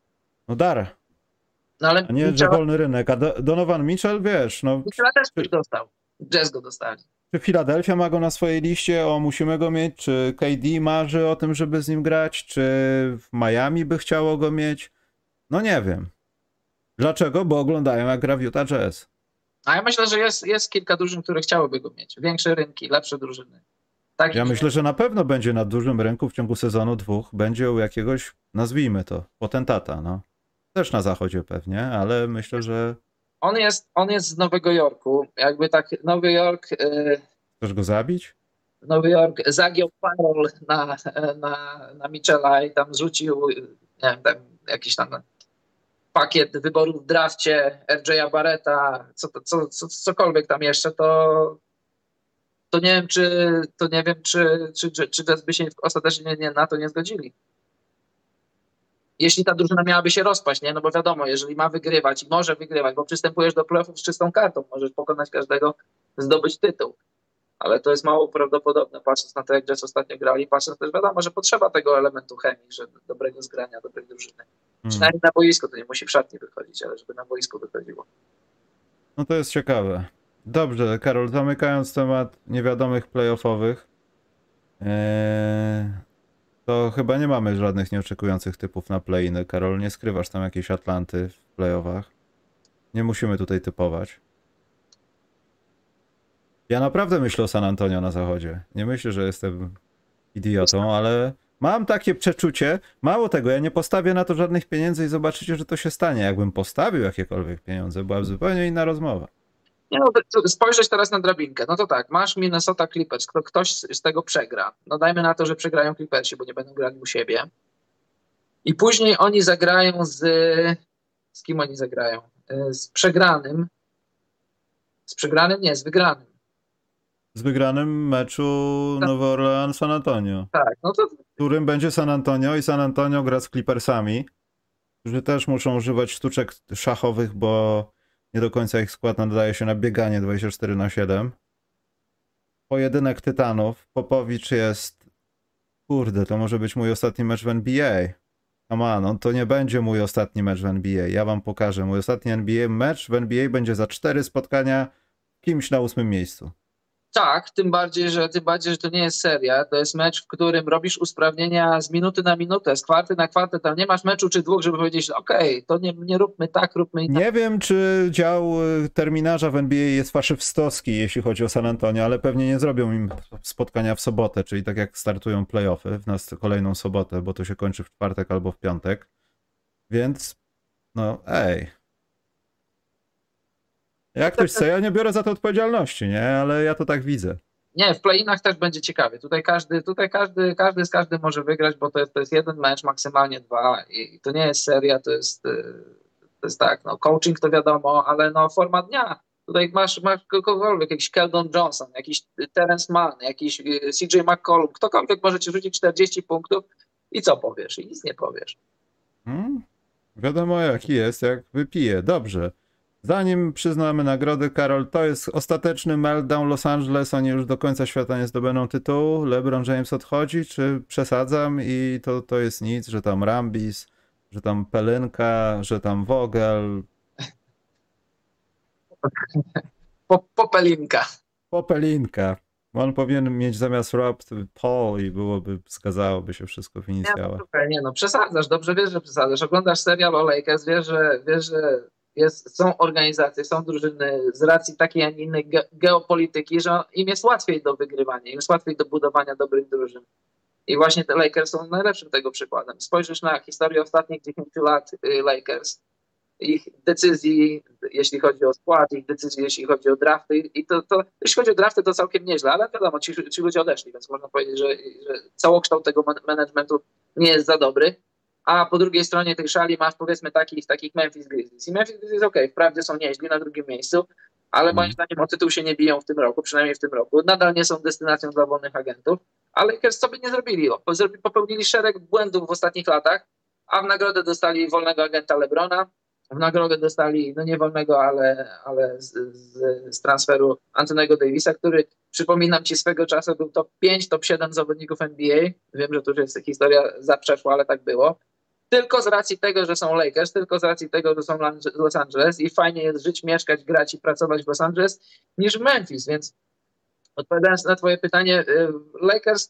No dar. No ale a nie, Mitchell... że wolny rynek. A Donovan Mitchell, wiesz, no... Mitchell też ktoś dostał. Jazz go dostali. Czy Philadelphia ma go na swojej liście, o musimy go mieć, czy K D marzy o tym, żeby z nim grać, czy w Miami by chciało go mieć? No nie wiem. Dlaczego? Bo oglądają jak gra w Utah Jazz. A ja myślę, że jest, jest kilka drużyn, które chciałyby go mieć. Większe rynki, lepsze drużyny. Tak ja nie... myślę, że na pewno będzie na dużym rynku w ciągu sezonu dwóch, będzie u jakiegoś, nazwijmy to, potentata, no. Też na zachodzie pewnie, ale myślę, że... On jest, on jest z Nowego Jorku. Jakby tak Nowy Jork... Yy... Chcesz go zabić? Nowy Jork zagiął parol na, na, na Mitchella i tam zrzucił, nie wiem, tam jakiś tam pakiet wyborów w drafcie, R J Barretta, co, co, co, cokolwiek tam jeszcze, to, to nie wiem, czy to nie wiem, czy, czy, czy, czy by się ostatecznie nie, na to nie zgodzili. Jeśli ta drużyna miałaby się rozpaść, nie? No bo wiadomo, jeżeli ma wygrywać i może wygrywać, bo przystępujesz do playoffów z czystą kartą, możesz pokonać każdego, zdobyć tytuł. Ale to jest mało prawdopodobne, patrząc na to, jak Jazz ostatnio grali, patrząc też wiadomo, że potrzeba tego elementu chemii, że dobrego zgrania, dobrej drużyny. Hmm. Przynajmniej na boisku, to nie musi w szatni wychodzić, ale żeby na boisku wychodziło. No to jest ciekawe. Dobrze, Karol, zamykając temat niewiadomych playoffowych, ee, to chyba nie mamy żadnych nieoczekujących typów na play-iny. Karol, nie skrywasz tam jakiejś Atlanty w playoffach. Nie musimy tutaj typować. Ja naprawdę myślę o San Antonio na zachodzie. Nie myślę, że jestem idiotą, ale Mam takie przeczucie, mało tego, ja nie postawię na to żadnych pieniędzy i zobaczycie, że to się stanie. Jakbym postawił jakiekolwiek pieniądze, byłaby zupełnie inna rozmowa. Nie no, spojrzeć teraz na drabinkę. No to tak, masz Minnesota Clippers, kto, ktoś z tego przegra. No dajmy na to, że przegrają Clippersi, bo nie będą grali u siebie. I później oni zagrają z... Z kim oni zagrają? Z przegranym. Z przegranym? Nie, z wygranym. Z wygranym meczu Nowy Orleans San Antonio. Tak, no to... W którym będzie San Antonio i San Antonio gra z Clippersami, którzy też muszą używać sztuczek szachowych, bo nie do końca ich skład nadaje się na bieganie dwadzieścia cztery na siedem. Pojedynek tytanów. Popowicz jest... Kurde, to może być mój ostatni mecz w N B A. Come on, on to nie będzie mój ostatni mecz w N B A. Ja wam pokażę. Mój ostatni N B A mecz w N B A będzie za cztery spotkania kimś na ósmym miejscu. Tak, tym bardziej, że tym bardziej, że to nie jest seria, to jest mecz, w którym robisz usprawnienia z minuty na minutę, z kwarty na kwartę, tam nie masz meczu czy dwóch, żeby powiedzieć, okej, okay, to nie, nie róbmy tak, róbmy inaczej. Nie wiem, czy dział terminarza w N B A jest faszystowski, jeśli chodzi o San Antonio, ale pewnie nie zrobią im spotkania w sobotę, czyli tak jak startują playoffy w nas kolejną sobotę, bo to się kończy w czwartek albo w piątek. Więc, no ej. Jak ktoś chce, ja nie biorę za to odpowiedzialności, nie? Ale ja to tak widzę. Nie, w play-inach też będzie ciekawie. Tutaj każdy, tutaj każdy, każdy z każdym może wygrać, bo to jest, to jest jeden mecz, maksymalnie dwa i to nie jest seria, to jest, to jest tak, no coaching to wiadomo, ale no forma dnia. Tutaj masz, masz kogokolwiek, jakiś Keldon Johnson, jakiś Terence Mann, jakiś C J McCollum, ktokolwiek może ci rzucić czterdzieści punktów i co powiesz? I nic nie powiesz. Hmm? Wiadomo jaki jest, jak wypije. Dobrze. Zanim przyznamy nagrody, Karol, to jest ostateczny meltdown Los Angeles, oni już do końca świata nie zdobędą tytułu, LeBron James odchodzi, czy przesadzam i to, to jest nic, że tam Rambis, że tam Pelinka, że tam Vogel. Popelinka. Popelinka. On powinien mieć zamiast Rob Paul i byłoby, zgadzałoby się wszystko w inicjałach. Nie, no, nie, no przesadzasz, dobrze wiesz, że przesadzasz. Oglądasz serial o Lakers, wiesz, że, wiesz, że jest, są organizacje, są drużyny z racji takiej, a nie innej ge geopolityki, że im jest łatwiej do wygrywania, im jest łatwiej do budowania dobrych drużyn. I właśnie te Lakers są najlepszym tego przykładem. Spojrzysz na historię ostatnich dziesięciu lat Lakers, ich decyzji, jeśli chodzi o skład, ich decyzji, jeśli chodzi o drafty. I to, to jeśli chodzi o drafty, to całkiem nieźle, ale wiadomo, ci, ci ludzie odeszli, więc można powiedzieć, że, że całokształt tego managementu nie jest za dobry. A po drugiej stronie tej szali masz powiedzmy takich, takich Memphis Grizzlies. I Memphis Grizzlies okej, okay, wprawdzie są nieźli na drugim miejscu, ale moim zdaniem o tytuł się nie biją w tym roku, przynajmniej w tym roku. Nadal nie są destynacją dla wolnych agentów, ale Lakers co by nie zrobili? Popełnili szereg błędów w ostatnich latach, a w nagrodę dostali wolnego agenta LeBrona, w nagrodę dostali, no nie wolnego, ale, ale z, z, z transferu Antonego Davisa, który, przypominam ci, swego czasu był top pięć, top siedem zawodników N B A. Wiem, że to już jest historia zaprzeszła, ale tak było. Tylko z racji tego, że są Lakers, tylko z racji tego, że są Los Angeles i fajnie jest żyć, mieszkać, grać i pracować w Los Angeles niż w Memphis, więc odpowiadając na twoje pytanie, Lakers...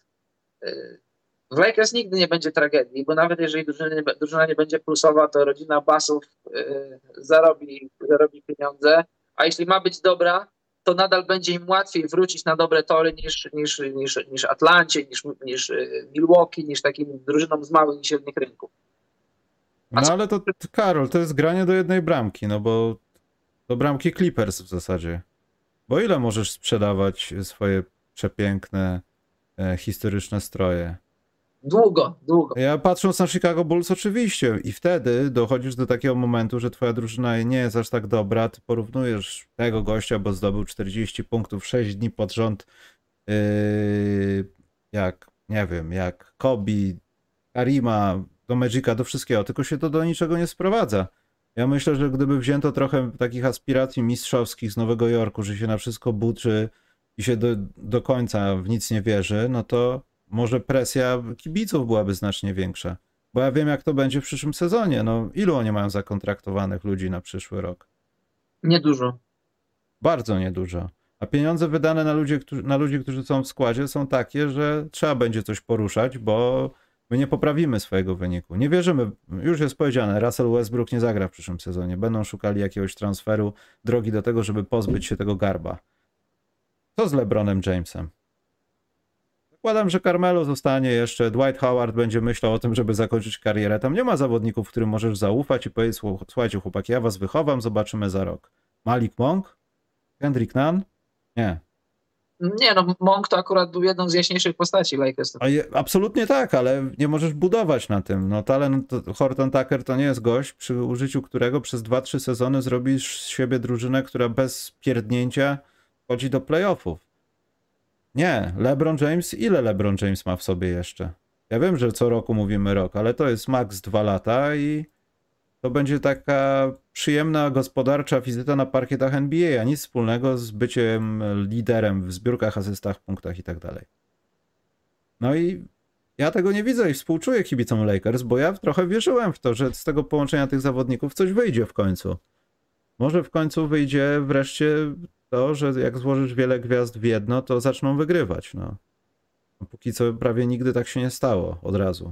W Lakers nigdy nie będzie tragedii, bo nawet jeżeli drużyna, drużyna nie będzie plusowa, to rodzina Basów y, zarobi, zarobi pieniądze, a jeśli ma być dobra, to nadal będzie im łatwiej wrócić na dobre tory niż, niż, niż, niż Atlancie, niż, niż Milwaukee, niż takim drużynom z małych i średnich rynków. No ale to, Karol, to jest granie do jednej bramki, no bo do bramki Clippers w zasadzie. Bo ile możesz sprzedawać swoje przepiękne, e, historyczne stroje? Długo, długo. Ja patrząc na Chicago Bulls oczywiście i wtedy dochodzisz do takiego momentu, że twoja drużyna nie jest aż tak dobra, ty porównujesz tego gościa, bo zdobył czterdzieści punktów sześć dni pod rząd, yy, jak, nie wiem, jak Kobe, Karima, do Magica, do wszystkiego, tylko się to do niczego nie sprowadza. Ja myślę, że gdyby wzięto trochę takich aspiracji mistrzowskich z Nowego Jorku, że się na wszystko buczy i się do, do końca w nic nie wierzy, no to może presja kibiców byłaby znacznie większa. Bo ja wiem, jak to będzie w przyszłym sezonie. No, ilu oni mają zakontraktowanych ludzi na przyszły rok? Niedużo. Bardzo niedużo. A pieniądze wydane na ludzi, którzy, na ludzi, którzy są w składzie, są takie, że trzeba będzie coś poruszać, bo my nie poprawimy swojego wyniku. Nie wierzymy, już jest powiedziane, Russell Westbrook nie zagra w przyszłym sezonie. Będą szukali jakiegoś transferu, drogi do tego, żeby pozbyć się tego garba. Co z LeBronem Jamesem? Zakładam, że Carmelo zostanie jeszcze, Dwight Howard będzie myślał o tym, żeby zakończyć karierę. Tam nie ma zawodników, którym możesz zaufać i powiedzieć, słuchajcie chłopaki, ja was wychowam, zobaczymy za rok. Malik Monk? Kendrick Nunn? Nie. Nie, no Monk to akurat był jedną z jaśniejszych postaci Lakers. A je, absolutnie tak, ale nie możesz budować na tym. No talent Horton Tucker to nie jest gość, przy użyciu którego przez dwa trzy sezony zrobisz z siebie drużynę, która bez pierdnięcia chodzi do playoffów. Nie, LeBron James, ile LeBron James ma w sobie jeszcze? Ja wiem, że co roku mówimy rok, ale to jest maks dwa lata i to będzie taka przyjemna gospodarcza wizyta na parkietach N B A, a nic wspólnego z byciem liderem w zbiórkach, asystach, punktach i tak dalej. No i ja tego nie widzę i współczuję kibicom Lakers, bo ja trochę wierzyłem w to, że z tego połączenia tych zawodników coś wyjdzie w końcu. Może w końcu wyjdzie wreszcie to, że jak złożysz wiele gwiazd w jedno, to zaczną wygrywać. No. Póki co prawie nigdy tak się nie stało od razu.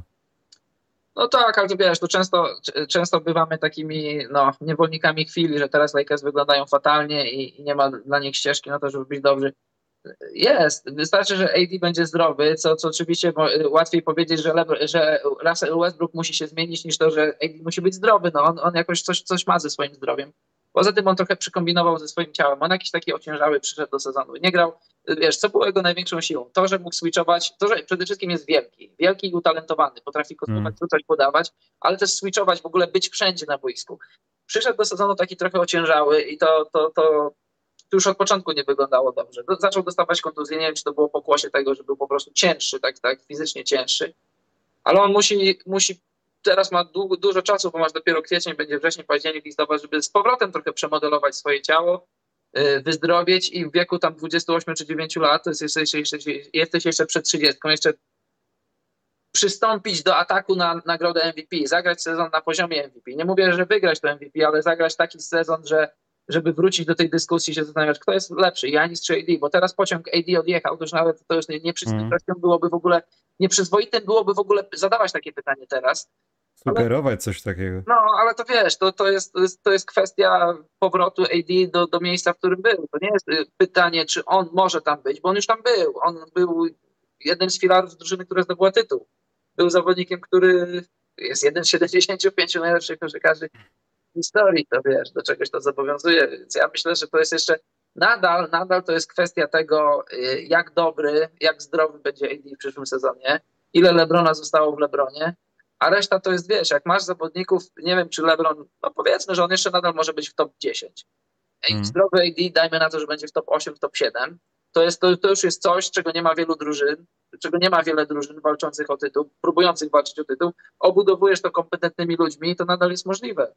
No tak, ale to wiesz, to często, często bywamy takimi no, niewolnikami chwili, że teraz Lakers wyglądają fatalnie i, i nie ma dla nich ścieżki na to, żeby być dobrzy. Jest. Wystarczy, że A D będzie zdrowy, co, co oczywiście łatwiej powiedzieć, że, Le, że Russell Westbrook musi się zmienić, niż to, że A D musi być zdrowy. No, on, on jakoś coś, coś ma ze swoim zdrowiem. Poza tym on trochę przykombinował ze swoim ciałem. On jakiś taki ociężały przyszedł do sezonu. Nie grał, wiesz, co było jego największą siłą? To, że mógł switchować, to, że przede wszystkim jest wielki. Wielki i utalentowany. Potrafi kosztować, rzucać, mm. podawać, ale też switchować, w ogóle być wszędzie na boisku. Przyszedł do sezonu taki trochę ociężały i to, to, to, to już od początku nie wyglądało dobrze. Do, zaczął dostawać kontuzję. Nie wiem, czy to było pokłosie tego, że był po prostu cięższy, tak, tak, fizycznie cięższy. Ale on musi, musi teraz ma du- dużo czasu, bo masz dopiero kwiecień, będzie wrzesień, październik, listopad, żeby z powrotem trochę przemodelować swoje ciało, yy, wyzdrowieć i w wieku tam dwudziestu ośmiu czy dziewięciu lat, to jest jesteś, jeszcze, jesteś jeszcze przed trzydziestką, jeszcze przystąpić do ataku na nagrodę M V P, zagrać sezon na poziomie M V P. Nie mówię, że wygrać to M V P, ale zagrać taki sezon, że żeby wrócić do tej dyskusji i się zastanawiać, kto jest lepszy, Giannis czy A D, bo teraz pociąg A D odjechał, to już nawet to już nieprzyzwoitym byłoby w ogóle, nieprzyzwoitym byłoby w ogóle zadawać takie pytanie teraz. Sugerować ale, coś takiego. No, ale to wiesz, to, to, jest, to, jest, to jest kwestia powrotu A D do, do miejsca, w którym był. To nie jest pytanie, czy on może tam być, bo on już tam był. On był jednym z filarów drużyny, która zdobyła tytuł. Był zawodnikiem, który jest jeden z siedemdziesięciu pięciu najlepszych koszykarzy w historii, to wiesz, do czegoś to zobowiązuje. Więc ja myślę, że to jest jeszcze nadal, nadal to jest kwestia tego, jak dobry, jak zdrowy będzie A D w przyszłym sezonie, ile LeBrona zostało w LeBronie, a reszta to jest, wiesz, jak masz zawodników, nie wiem, czy LeBron, no powiedzmy, że on jeszcze nadal może być w top dziesięć. Hmm. Zdrowy A D, dajmy na to, że będzie w top osiem, w top siedem. To, jest, to, to już jest coś, czego nie ma wielu drużyn, czego nie ma wiele drużyn walczących o tytuł, próbujących walczyć o tytuł. Obudowujesz to kompetentnymi ludźmi i to nadal jest możliwe.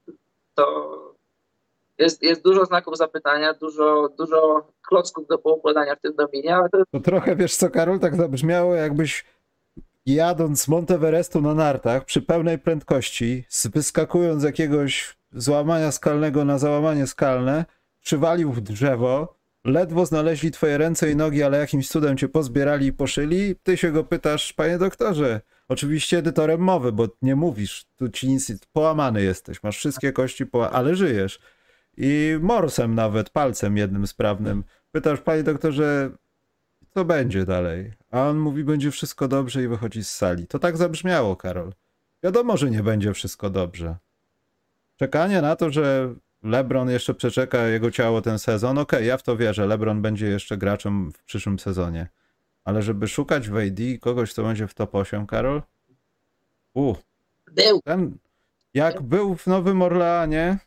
To jest, jest dużo znaków zapytania, dużo, dużo klocków do poukładania w tym dominie, ale to... to trochę, wiesz co, Karol, tak zabrzmiało, jakbyś jadąc z Monteverestu na nartach przy pełnej prędkości, wyskakując z jakiegoś złamania skalnego na załamanie skalne, przywalił w drzewo, ledwo znaleźli twoje ręce i nogi, ale jakimś cudem cię pozbierali i poszyli. Ty się go pytasz, panie doktorze, oczywiście edytorem mowy, bo nie mówisz, tu ci nic, połamany jesteś, masz wszystkie kości, poła- ale żyjesz. I morsem nawet, palcem jednym sprawnym. Pytasz, panie doktorze, co będzie dalej? A on mówi, będzie wszystko dobrze i wychodzi z sali. To tak zabrzmiało, Karol. Wiadomo, że nie będzie wszystko dobrze. Czekanie na to, że LeBron jeszcze przeczeka jego ciało ten sezon, okej, okay, ja w to wierzę, LeBron będzie jeszcze graczem w przyszłym sezonie. Ale żeby szukać w A D kogoś, kto będzie w top osiem, Karol? U. Ten, jak był w Nowym Orleanie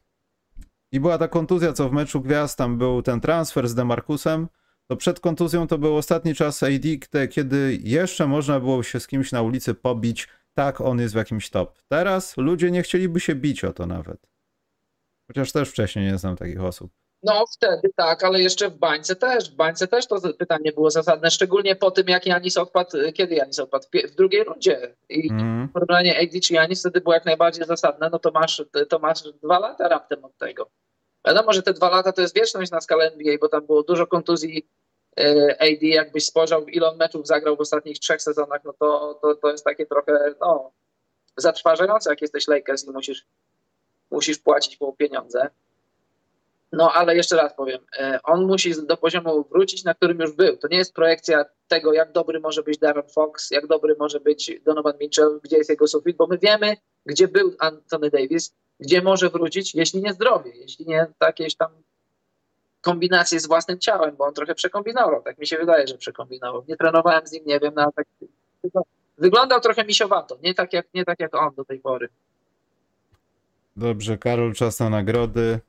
i była ta kontuzja, co w meczu gwiazd, tam był ten transfer z DeMarcusem, to przed kontuzją to był ostatni czas A D, kiedy jeszcze można było się z kimś na ulicy pobić, tak, on jest w jakimś top. Teraz ludzie nie chcieliby się bić o to nawet. Chociaż też wcześniej nie znam takich osób. No wtedy tak, ale jeszcze w bańce też. W bańce też to pytanie było zasadne, szczególnie po tym, jak Giannis odpadł, kiedy Giannis odpadł? W drugiej rundzie. I mm. porównanie A D czy Giannis wtedy było jak najbardziej zasadne, no to masz, to masz dwa lata raptem od tego. Wiadomo, że te dwa lata to jest wieczność na skalę N B A, bo tam było dużo kontuzji A D, jakbyś spojrzał, ile on meczów zagrał w ostatnich trzech sezonach, no to, to, to jest takie trochę no, zatrważające, jak jesteś Lakers i musisz, musisz płacić mu pieniądze. No ale jeszcze raz powiem, e, on musi do poziomu wrócić, na którym już był. To nie jest projekcja tego, jak dobry może być Darren Fox, jak dobry może być Donovan Mitchell, gdzie jest jego sufit, bo my wiemy, gdzie był Anthony Davis, gdzie może wrócić, jeśli nie zdrowie, jeśli nie jakieś tam kombinacje z własnym ciałem, bo on trochę przekombinował. Tak mi się wydaje, że przekombinował. Nie trenowałem z nim, nie wiem, no, ale tak wyglądał trochę misiowato, nie tak jak, nie tak jak on do tej pory. Dobrze, Karol, czas na nagrody.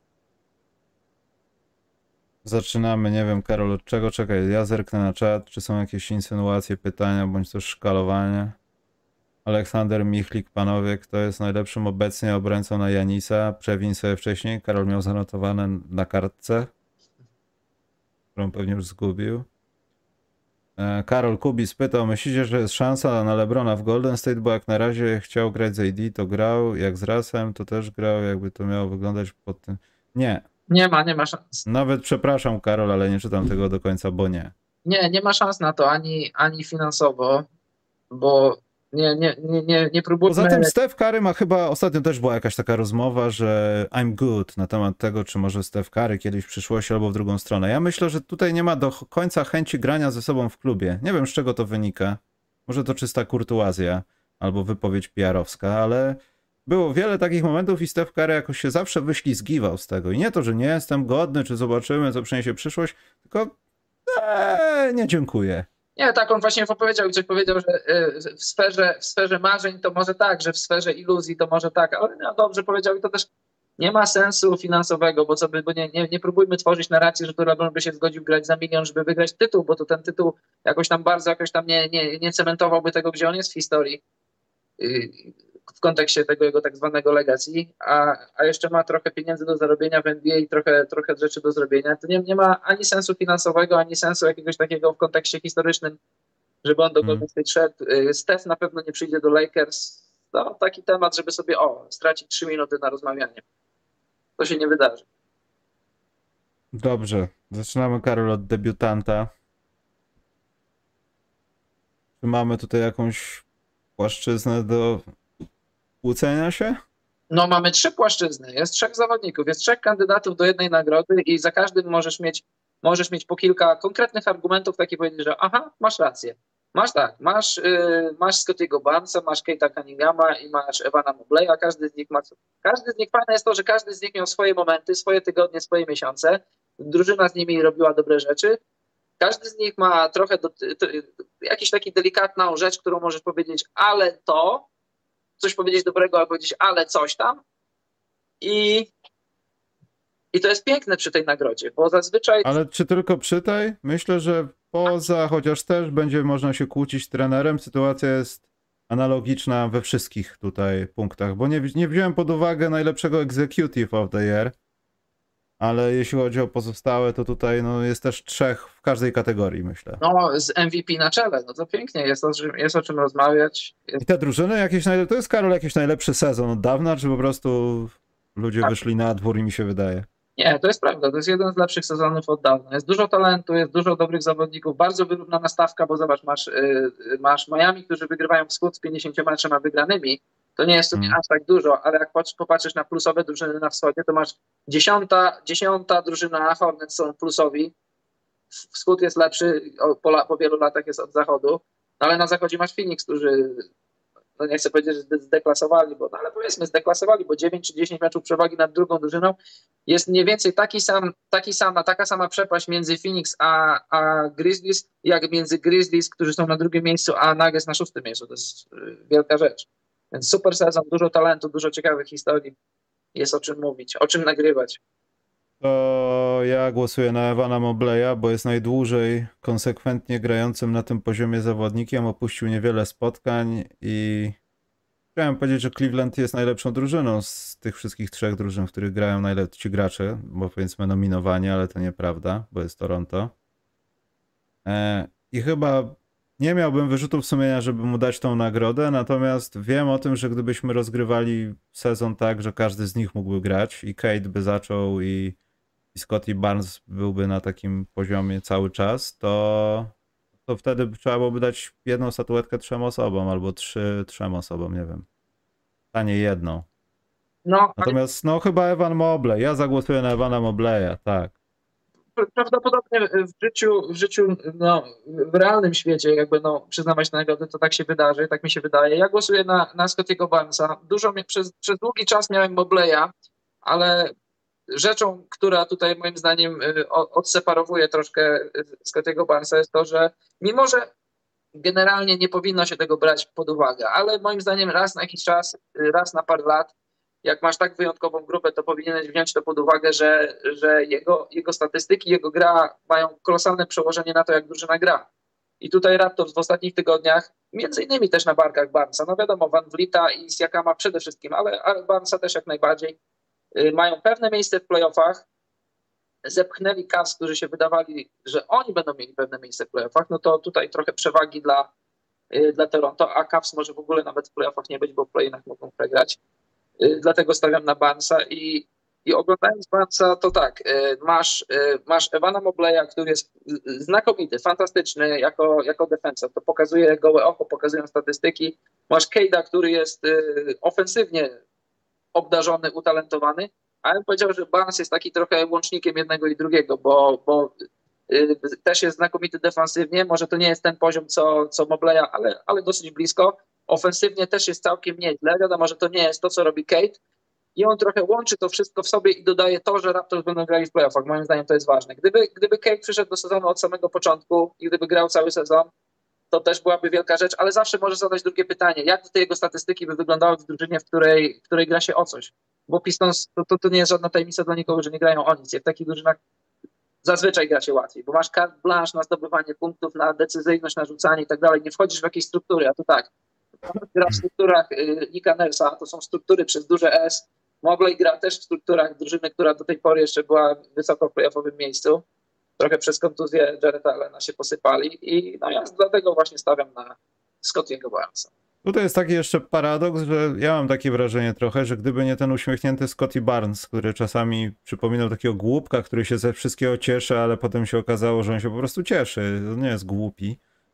Zaczynamy, nie wiem, Karol, od czego? Czekaj, ja zerknę na czat, czy są jakieś insynuacje, pytania, bądź też szkalowanie. Aleksander Michlik, panowie, kto jest najlepszym obecnie obrońcą na Janisa? Przewiń sobie wcześniej, Karol miał zanotowane na kartce, którą pewnie już zgubił. E, Karol Kubis pytał, myślicie, że jest szansa na LeBrona w Golden State, bo jak na razie chciał grać z A D, to grał, jak z Russem, to też grał, jakby to miało wyglądać pod tym... Nie. Nie ma, nie ma szans. Nawet przepraszam, Karol, ale nie czytam tego do końca, bo nie. Nie, nie ma szans na to ani, ani finansowo, bo nie, nie, nie, nie, nie próbujmy... Poza tym Steph Curry ma chyba, ostatnio też była jakaś taka rozmowa, że I'm good na temat tego, czy może Steph Curry kiedyś w przyszłości albo w drugą stronę. Ja myślę, że tutaj nie ma do końca chęci grania ze sobą w klubie. Nie wiem, z czego to wynika. Może to czysta kurtuazja albo wypowiedź P R-owska, ale było wiele takich momentów i Steph Curry jakoś się zawsze wyślizgiwał z tego. I nie to, że nie jestem godny, czy zobaczymy, co przyniesie przyszłość, tylko eee, nie dziękuję. Nie, tak on właśnie powiedział i coś powiedział, że w sferze, w sferze marzeń to może tak, że w sferze iluzji to może tak, ale no dobrze powiedział i to też nie ma sensu finansowego, bo co by, bo nie, nie, nie próbujmy tworzyć narracji, że tu LeBron by się zgodził grać za milion, żeby wygrać tytuł, bo to ten tytuł jakoś tam bardzo, jakoś tam nie, nie, nie cementowałby tego, gdzie on jest w historii w kontekście tego jego tak zwanego legacy, a, a jeszcze ma trochę pieniędzy do zarobienia w N B A i trochę, trochę rzeczy do zrobienia, to nie, nie ma ani sensu finansowego, ani sensu jakiegoś takiego w kontekście historycznym, żeby on do Golden State szedł. Steph na pewno nie przyjdzie do Lakers. No, taki temat, żeby sobie o, stracić trzy minuty na rozmawianie. To się nie wydarzy. Dobrze, zaczynamy, Karol, od debiutanta. Czy mamy tutaj jakąś płaszczyznę do kłócenia się? No mamy trzy płaszczyzny, jest trzech zawodników, jest trzech kandydatów do jednej nagrody i za każdym możesz mieć, możesz mieć po kilka konkretnych argumentów, taki powiedzieć, że aha, masz rację. Masz tak, masz, yy, masz Scottiego Barnesa, masz Kate'a Cunninghama i masz Evana Mobleya, każdy z nich ma, każdy z nich, fajne jest to, że każdy z nich miał swoje momenty, swoje tygodnie, swoje miesiące, drużyna z nimi robiła dobre rzeczy, każdy z nich ma trochę, do, to, jakiś taki delikatną rzecz, którą możesz powiedzieć, ale to, coś powiedzieć dobrego albo powiedzieć, ale coś tam i, i to jest piękne przy tej nagrodzie, bo zazwyczaj... Ale czy tylko przy tej? Myślę, że poza, chociaż też będzie można się kłócić z trenerem, sytuacja jest analogiczna we wszystkich tutaj punktach, bo nie, nie wziąłem pod uwagę najlepszego Executive of the Year, ale jeśli chodzi o pozostałe, to tutaj no, jest też trzech w każdej kategorii, myślę. No, z M V P na czele, no to pięknie, jest o czym, jest o czym rozmawiać. Jest... I te drużyny, jakieś najle... to jest, Karol, jakiś najlepszy sezon od dawna, czy po prostu ludzie tak wyszli na dwór i mi się wydaje? Nie, to jest prawda, to jest jeden z lepszych sezonów od dawna. Jest dużo talentu, jest dużo dobrych zawodników, bardzo wyrównana stawka, bo zobacz, masz, yy, masz Miami, którzy wygrywają wschód z pięćdziesięcioma trzema wygranymi. To nie jest w sumie hmm. aż tak dużo, ale jak popatrzysz na plusowe drużyny na wschodzie, to masz dziesiąta, dziesiąta drużyna Hornets są plusowi. Wschód jest lepszy, po, po wielu latach jest od zachodu, no ale na zachodzie masz Phoenix, którzy, no nie chcę powiedzieć, że zdeklasowali, bo, no ale powiedzmy zdeklasowali, bo dziewięć czy dziesięć meczów przewagi nad drugą drużyną. Jest mniej więcej taki sam, taki sama, taka sama przepaść między Phoenix a, a Grizzlies, jak między Grizzlies, którzy są na drugim miejscu, a Nuggets na szóstym miejscu. To jest wielka rzecz. Więc super sezon, dużo talentu, dużo ciekawych historii. Jest o czym mówić, o czym nagrywać. To ja głosuję na Evana Mobleya, bo jest najdłużej konsekwentnie grającym na tym poziomie zawodnikiem. Opuścił niewiele spotkań i chciałem powiedzieć, że Cleveland jest najlepszą drużyną z tych wszystkich trzech drużyn, w których grają najlepsi gracze, bo powiedzmy nominowani, ale to nieprawda, bo jest Toronto. I chyba nie miałbym wyrzutów sumienia, żeby mu dać tą nagrodę, natomiast wiem o tym, że gdybyśmy rozgrywali sezon tak, że każdy z nich mógłby grać i Kate by zaczął i, i Scottie Barnes byłby na takim poziomie cały czas, to, to wtedy trzeba byłoby dać jedną statuetkę trzem osobom albo trzy trzem osobom, nie wiem. A nie jedną. No, ale Natomiast no chyba Evan Mobley. Ja zagłosuję na Evana Mobleya, tak. prawdopodobnie w życiu, w życiu, no, w realnym świecie, jakby no, przyznawać nagrody, to tak się wydarzy, tak mi się wydaje. Ja głosuję na, na Scottiego Barnesa. Dużo mnie, przez, przez długi czas miałem Mobleya, ale rzeczą, która tutaj moim zdaniem y, o- odseparowuje troszkę y, Scottiego Barnesa, jest to, że mimo, że generalnie nie powinno się tego brać pod uwagę, ale moim zdaniem raz na jakiś czas, y, raz na parę lat, jak masz tak wyjątkową grupę, to powinieneś wziąć to pod uwagę, że, że jego, jego statystyki, jego gra mają kolosalne przełożenie na to, jak drużyna gra. I tutaj Raptors w ostatnich tygodniach, między innymi też na barkach Barnesa, no wiadomo, Van Vlieta i Siakama przede wszystkim, ale, ale Barnesa też jak najbardziej, y, mają pewne miejsce w playoffach, zepchnęli Cavs, którzy się wydawali, że oni będą mieli pewne miejsce w playoffach, no to tutaj trochę przewagi dla, y, dla Toronto, a Cavs może w ogóle nawet w playoffach nie być, bo w play-inach mogą przegrać. Y, Dlatego stawiam na Barnesa i, i oglądając Barnesa, to tak, y, masz, y, masz Evana Mobleya, który jest y, znakomity, fantastyczny jako, jako defensor. To pokazuje gołe oko, pokazują statystyki. Masz Cade'a, który jest y, ofensywnie obdarzony, utalentowany, a ja bym powiedział, że Barnes jest taki trochę łącznikiem jednego i drugiego, bo, bo y, też jest znakomity defensywnie. Może to nie jest ten poziom, co, co Mobleya, ale, ale dosyć blisko. Ofensywnie też jest całkiem nieźle. Wiadomo, że to nie jest to, co robi Cade. I on trochę łączy to wszystko w sobie i dodaje to, że Raptors będą grali w playoffach. Moim zdaniem to jest ważne. Gdyby, gdyby Cade przyszedł do sezonu od samego początku i gdyby grał cały sezon, to też byłaby wielka rzecz, ale zawsze możesz zadać drugie pytanie. Jak te jego statystyki by wyglądały w drużynie, w której, w której gra się o coś? Bo Pistons to, to, to nie jest żadna tajemnica dla nikogo, że nie grają o nic. Jak w takich drużynach zazwyczaj gra się łatwiej, bo masz carte blanche na zdobywanie punktów, na decyzyjność, na rzucanie i tak dalej. Nie wchodzisz w jakieś struktury, a tu tak. Gra w strukturach y, Nika Nurse'a, to są struktury przez duże S. Mobley gra też w strukturach drużyny, która do tej pory jeszcze była wysoko w playoffowym miejscu. Trochę przez kontuzję Jarretta Allena się posypali i no ja dlatego właśnie stawiam na Scottiego Barnesa. Tutaj jest taki jeszcze paradoks, że ja mam takie wrażenie trochę, że gdyby nie ten uśmiechnięty Scottie Barnes, który czasami przypominał takiego głupka, który się ze wszystkiego cieszy, ale potem się okazało, że on się po prostu cieszy, on nie jest głupi.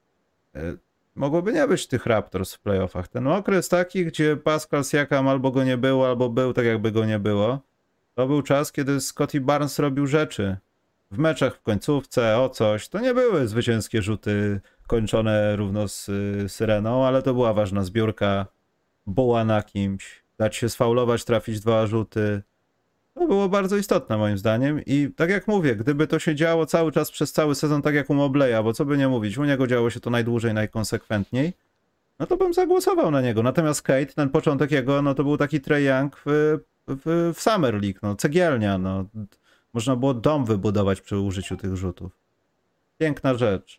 Mogłoby nie być tych Raptors w playoffach. Ten okres taki, gdzie Pascal Siakam albo go nie było, albo był tak jakby go nie było, to był czas, kiedy Scottie Barnes robił rzeczy. W meczach w końcówce, o coś. To nie były zwycięskie rzuty kończone równo z y, syreną, ale to była ważna zbiórka, buła na kimś, dać się sfaulować, trafić dwa rzuty. To było bardzo istotne moim zdaniem i tak jak mówię, gdyby to się działo cały czas przez cały sezon, tak jak u Mobleya, bo co by nie mówić, u niego działo się to najdłużej, najkonsekwentniej, no to bym zagłosował na niego. Natomiast Cade, ten początek jego, no to był taki Trae Young w, w, w Summer League, no cegiernia, no. Można było dom wybudować przy użyciu tych rzutów. Piękna rzecz.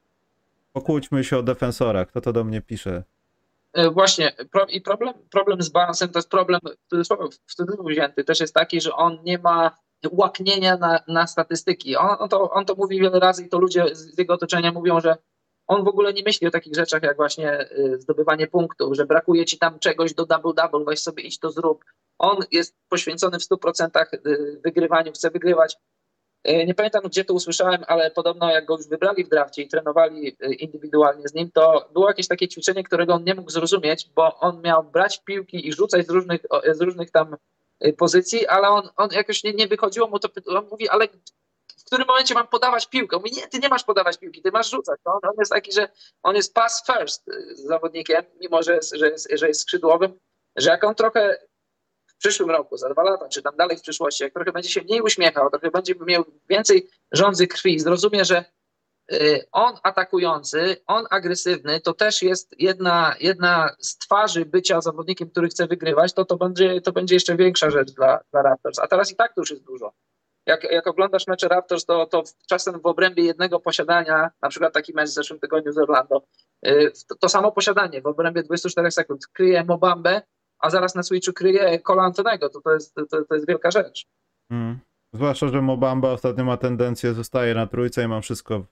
Pokłóćmy się o defensora. Kto to do mnie pisze? Właśnie pro, i problem, problem z Barnesem to jest problem w cudzysłowie, w cudzysłowie wzięty, też jest taki, że on nie ma łaknienia na, na statystyki. On, on, to, on to mówi wiele razy i to ludzie z jego otoczenia mówią, że on w ogóle nie myśli o takich rzeczach jak właśnie zdobywanie punktów, że brakuje ci tam czegoś do double-double, weź sobie idź to zrób. On jest poświęcony w stu procentach wygrywaniu, chce wygrywać. Nie pamiętam, gdzie to usłyszałem, ale podobno jak go już wybrali w drafcie i trenowali indywidualnie z nim, to było jakieś takie ćwiczenie, którego on nie mógł zrozumieć, bo on miał brać piłki i rzucać z różnych, z różnych tam pozycji, ale on, on jakoś nie, nie wychodziło mu to, on mówi, ale w którym momencie mam podawać piłkę? On mówi, nie, ty nie masz podawać piłki, ty masz rzucać. On, on jest taki, że on jest pass first zawodnikiem, mimo że jest, że jest, że jest skrzydłowym, że jak on trochę w przyszłym roku, za dwa lata, czy tam dalej w przyszłości, jak trochę będzie się mniej uśmiechał, trochę będzie miał więcej żądzy krwi, zrozumie, że on atakujący, on agresywny, to też jest jedna, jedna z twarzy bycia zawodnikiem, który chce wygrywać, to to będzie, to będzie jeszcze większa rzecz dla, dla Raptors. A teraz i tak to już jest dużo. Jak, jak oglądasz mecze Raptors, to, to czasem w obrębie jednego posiadania, na przykład taki mecz w zeszłym tygodniu z Orlando, to, to samo posiadanie w obrębie dwudziestu czterech sekund kryje Mobambę, a zaraz na switchu kryje Cola Antonego, to, to, jest, to, to jest wielka rzecz. Hmm. Zwłaszcza, że Mobamba ostatnio ma tendencję, zostaje na trójce i ma wszystko,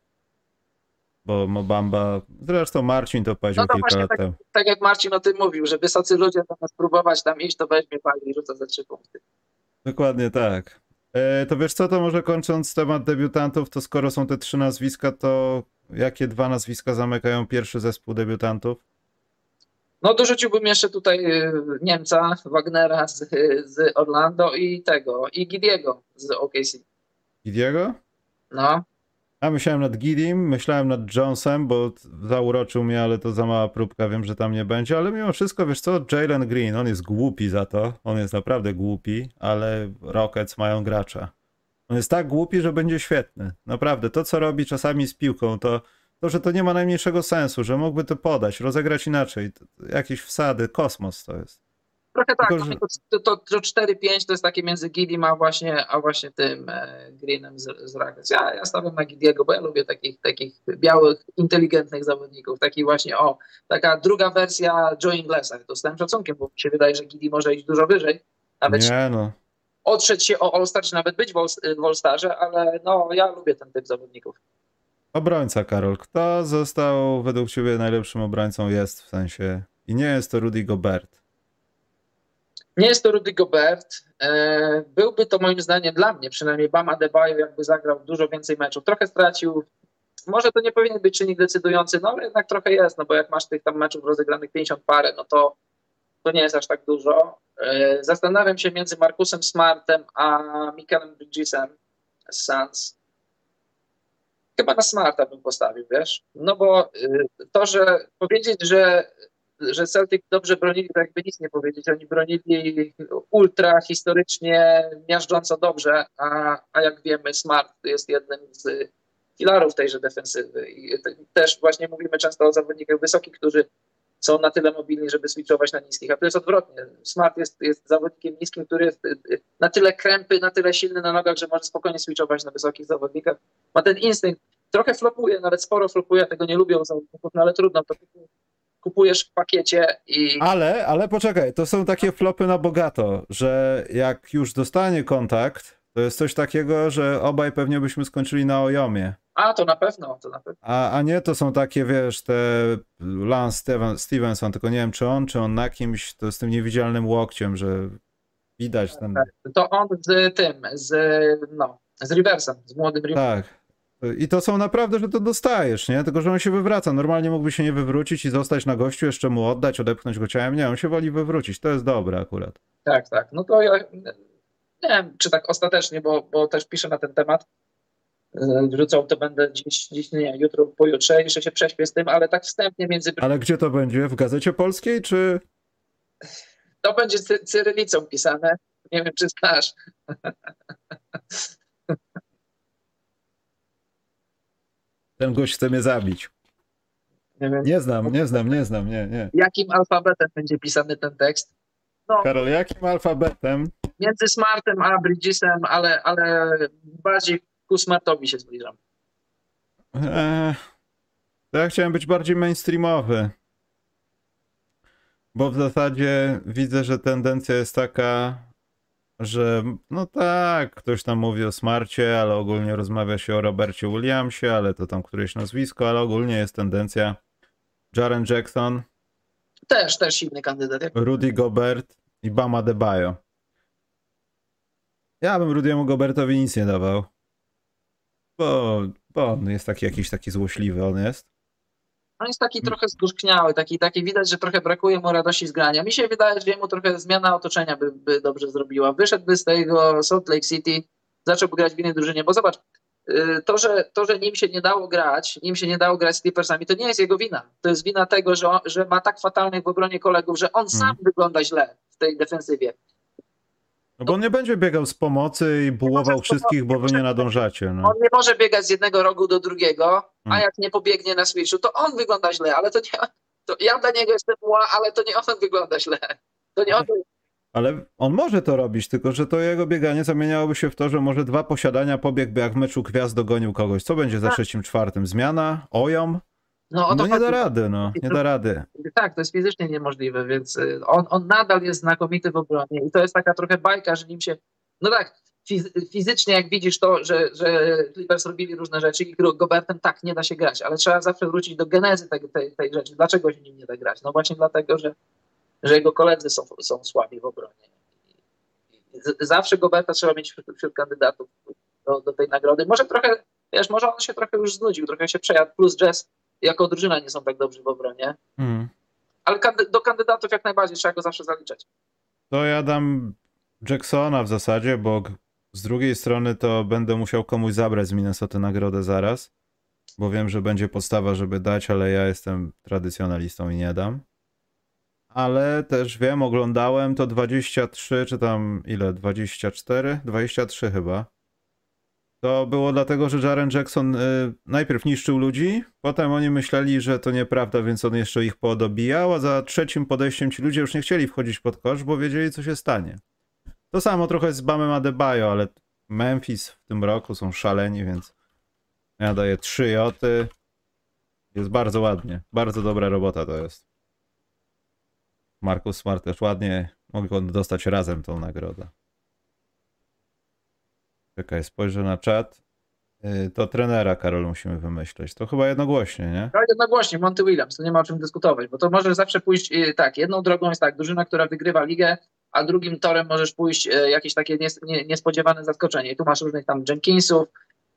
bo Mobamba, zresztą Marcin to powiedział no to kilka lat tak, temu. Tak jak Marcin o tym mówił, że wysocy ludzie zamiast spróbować tam iść, to weźmie pali i rzuca za trzy punkty. Dokładnie tak. E, to wiesz co, to może kończąc temat debiutantów, to skoro są te trzy nazwiska, to jakie dwa nazwiska zamykają pierwszy zespół debiutantów? No dorzuciłbym jeszcze tutaj Niemca, Wagnera z, z Orlando i tego, i Gidiego z O K C. Gidiego? No. Ja myślałem nad Gidim, myślałem nad Jonesem, bo zauroczył mnie, ale to za mała próbka, wiem, że tam nie będzie, ale mimo wszystko, wiesz co, Jalen Green, on jest głupi za to, on jest naprawdę głupi, ale Rockets mają gracza. On jest tak głupi, że będzie świetny. Naprawdę, to co robi czasami z piłką, to, to że to nie ma najmniejszego sensu, że mógłby to podać, rozegrać inaczej, to, jakieś wsady, kosmos to jest. Trochę tak, Tylko, że... to, to, to cztery pięć to jest takie między Gidim a właśnie, a właśnie tym e, Greenem z, z Rockets. Ja, ja stawiam na Gidiego, bo ja lubię takich, takich białych, inteligentnych zawodników. Taki właśnie, o, taka druga wersja Joe Inglesa. To z tym szacunkiem, bo mi się wydaje, że Gidi może iść dużo wyżej. Nawet nie no. Otrzeć się o All-Star, czy nawet być w All-Starze, ale no, ja lubię ten typ zawodników. Obrońca, Karol. Kto został według ciebie najlepszym obrońcą jest w sensie? I nie jest to Rudy Gobert. Nie jest to Rudy Gobert. Byłby to moim zdaniem dla mnie, przynajmniej Bam Adebayo, jakby zagrał dużo więcej meczów. Trochę stracił, może to nie powinien być czynnik decydujący, no ale jednak trochę jest, no bo jak masz tych tam meczów rozegranych pięćdziesiąt parę, no to, to nie jest aż tak dużo. Zastanawiam się między Marcusem Smartem a Michaelem Bridgesem z Suns. Chyba na Smarta bym postawił, wiesz? No bo to, że powiedzieć, że że Celtic dobrze bronili, to jakby nic nie powiedzieć. Oni bronili ultra historycznie, miażdżąco dobrze, a, a jak wiemy Smart jest jednym z filarów tejże defensywy. I też właśnie mówimy często o zawodnikach wysokich, którzy są na tyle mobilni, żeby switchować na niskich, a to jest odwrotnie. Smart jest, jest zawodnikiem niskim, który jest na tyle krępy, na tyle silny na nogach, że może spokojnie switchować na wysokich zawodnikach. Ma ten instynkt. Trochę flopuje, nawet sporo flopuje, tego nie lubią zawodników, no ale trudno, to kupujesz w pakiecie i... Ale, ale poczekaj, to są takie flopy na bogato, że jak już dostanie kontakt, to jest coś takiego, że obaj pewnie byśmy skończyli na ojomie. A, to na pewno, to na pewno. A, a nie, to są takie, wiesz, te Lance Steven, Stevenson, tylko nie wiem, czy on, czy on na kimś, to z tym niewidzialnym łokciem, że widać ten... To on z tym, z, no, z Riversem, z młodym Riversem. Tak. I to są naprawdę, że to dostajesz, nie? Tylko, że on się wywraca. Normalnie mógłby się nie wywrócić i zostać na gościu, jeszcze mu oddać, odepchnąć go ciałem. Nie, on się woli wywrócić. To jest dobre akurat. Tak, tak. No to ja nie wiem, czy tak ostatecznie, bo, bo też piszę na ten temat. Wrzucał to będę dziś, dziś nie, jutro, pojutrze, jeszcze się prześpię z tym, ale tak wstępnie między... Ale gdzie to będzie? W Gazecie Polskiej, czy... To będzie cy cyrylicą pisane. Nie wiem, czy znasz. Ten gość chce mnie zabić. Nie wiem. Nie znam, nie znam, nie znam, nie, nie. Jakim alfabetem będzie pisany ten tekst? No, Karol, jakim alfabetem? Między Smartem a Bridgesem, ale, ale bardziej ku Smartowi się zbliżam. Eee, to ja chciałem być bardziej mainstreamowy. Bo w zasadzie widzę, że tendencja jest taka, że no tak, ktoś tam mówi o Smarcie, ale ogólnie rozmawia się o Robercie Williamsie, ale to tam któreś nazwisko, ale ogólnie jest tendencja Jaren Jackson, Też, też silny kandydat. Jak... Rudy Gobert i Bam Adebayo. Ja bym Rudy'emu Gobertowi nic nie dawał, bo, bo on jest taki jakiś taki złośliwy, on jest. On jest taki trochę zgorzkniały, taki, taki widać, że trochę brakuje mu radości z grania. Mi się wydaje, że jemu trochę zmiana otoczenia by, by dobrze zrobiła. Wyszedłby z tego Salt Lake City, zacząłby grać w innej drużynie, bo zobacz, to że, to, że nim się nie dało grać, nim się nie dało grać z Clippersami, to nie jest jego wina. To jest wina tego, że, on, że ma tak fatalnych w obronie kolegów, że on sam hmm. wygląda źle w tej defensywie. No bo on nie będzie biegał z pomocy i bułował wszystkich, bo wy nie nadążacie. No. On nie może biegać z jednego rogu do drugiego, a jak nie pobiegnie na switchu, to on wygląda źle, ale to nie... To ja dla niego jestem mła, ale to nie on wygląda źle. To nie on... Ale on może to robić, tylko że to jego bieganie zamieniałoby się w to, że może dwa posiadania pobiegłby jak w meczu gwiazd dogonił kogoś. Co będzie za trzecim, czwartym? Zmiana? Ojom? No, no nie da rady, no. Nie da rady. Tak, to jest fizycznie niemożliwe, więc on, on nadal jest znakomity w obronie i to jest taka trochę bajka, że nim się... No tak, fizycznie jak widzisz to, że, że Clippers robili różne rzeczy i Gobertem tak, nie da się grać, ale trzeba zawsze wrócić do genezy tej, tej, tej rzeczy. Dlaczego się nim nie da grać? No właśnie dlatego, że, że jego koledzy są, są słabi w obronie. Zawsze Goberta trzeba mieć wśród, wśród kandydatów do, do tej nagrody. Może trochę, wiesz, może on się trochę już znudził, trochę się przejadł, plus Jazz jako drużyna nie są tak dobrzy w obronie. Hmm. ale kandy- do kandydatów jak najbardziej trzeba go zawsze zaliczać. To ja dam Jacksona w zasadzie, bo z drugiej strony to będę musiał komuś zabrać z Minnesoty nagrodę zaraz, bo wiem, że będzie podstawa, żeby dać, ale ja jestem tradycjonalistą i nie dam. Ale też wiem, oglądałem to dwadzieścia trzy, czy tam ile? dwadzieścia cztery? dwadzieścia trzy chyba. To było dlatego, że Jaren Jackson y, najpierw niszczył ludzi, potem oni myśleli, że to nieprawda, więc on jeszcze ich podobijał, a za trzecim podejściem ci ludzie już nie chcieli wchodzić pod kosz, bo wiedzieli, co się stanie. To samo trochę z Bamem Adebayo, ale Memphis w tym roku są szaleni, więc ja daję trzy joty. Jest bardzo ładnie. Bardzo dobra robota to jest. Marcus Smart też ładnie. Mogą dostać razem tą nagrodę. Czekaj, spojrzę na czat. Yy, to trenera, Karol, musimy wymyśleć. To chyba jednogłośnie, nie? No jednogłośnie, Monty Williams, to nie ma o czym dyskutować, bo to możesz zawsze pójść yy, tak, jedną drogą jest tak, drużyna, która wygrywa ligę, a drugim torem możesz pójść yy, jakieś takie nies- nie, niespodziewane zaskoczenie. I tu masz różnych tam Jenkinsów,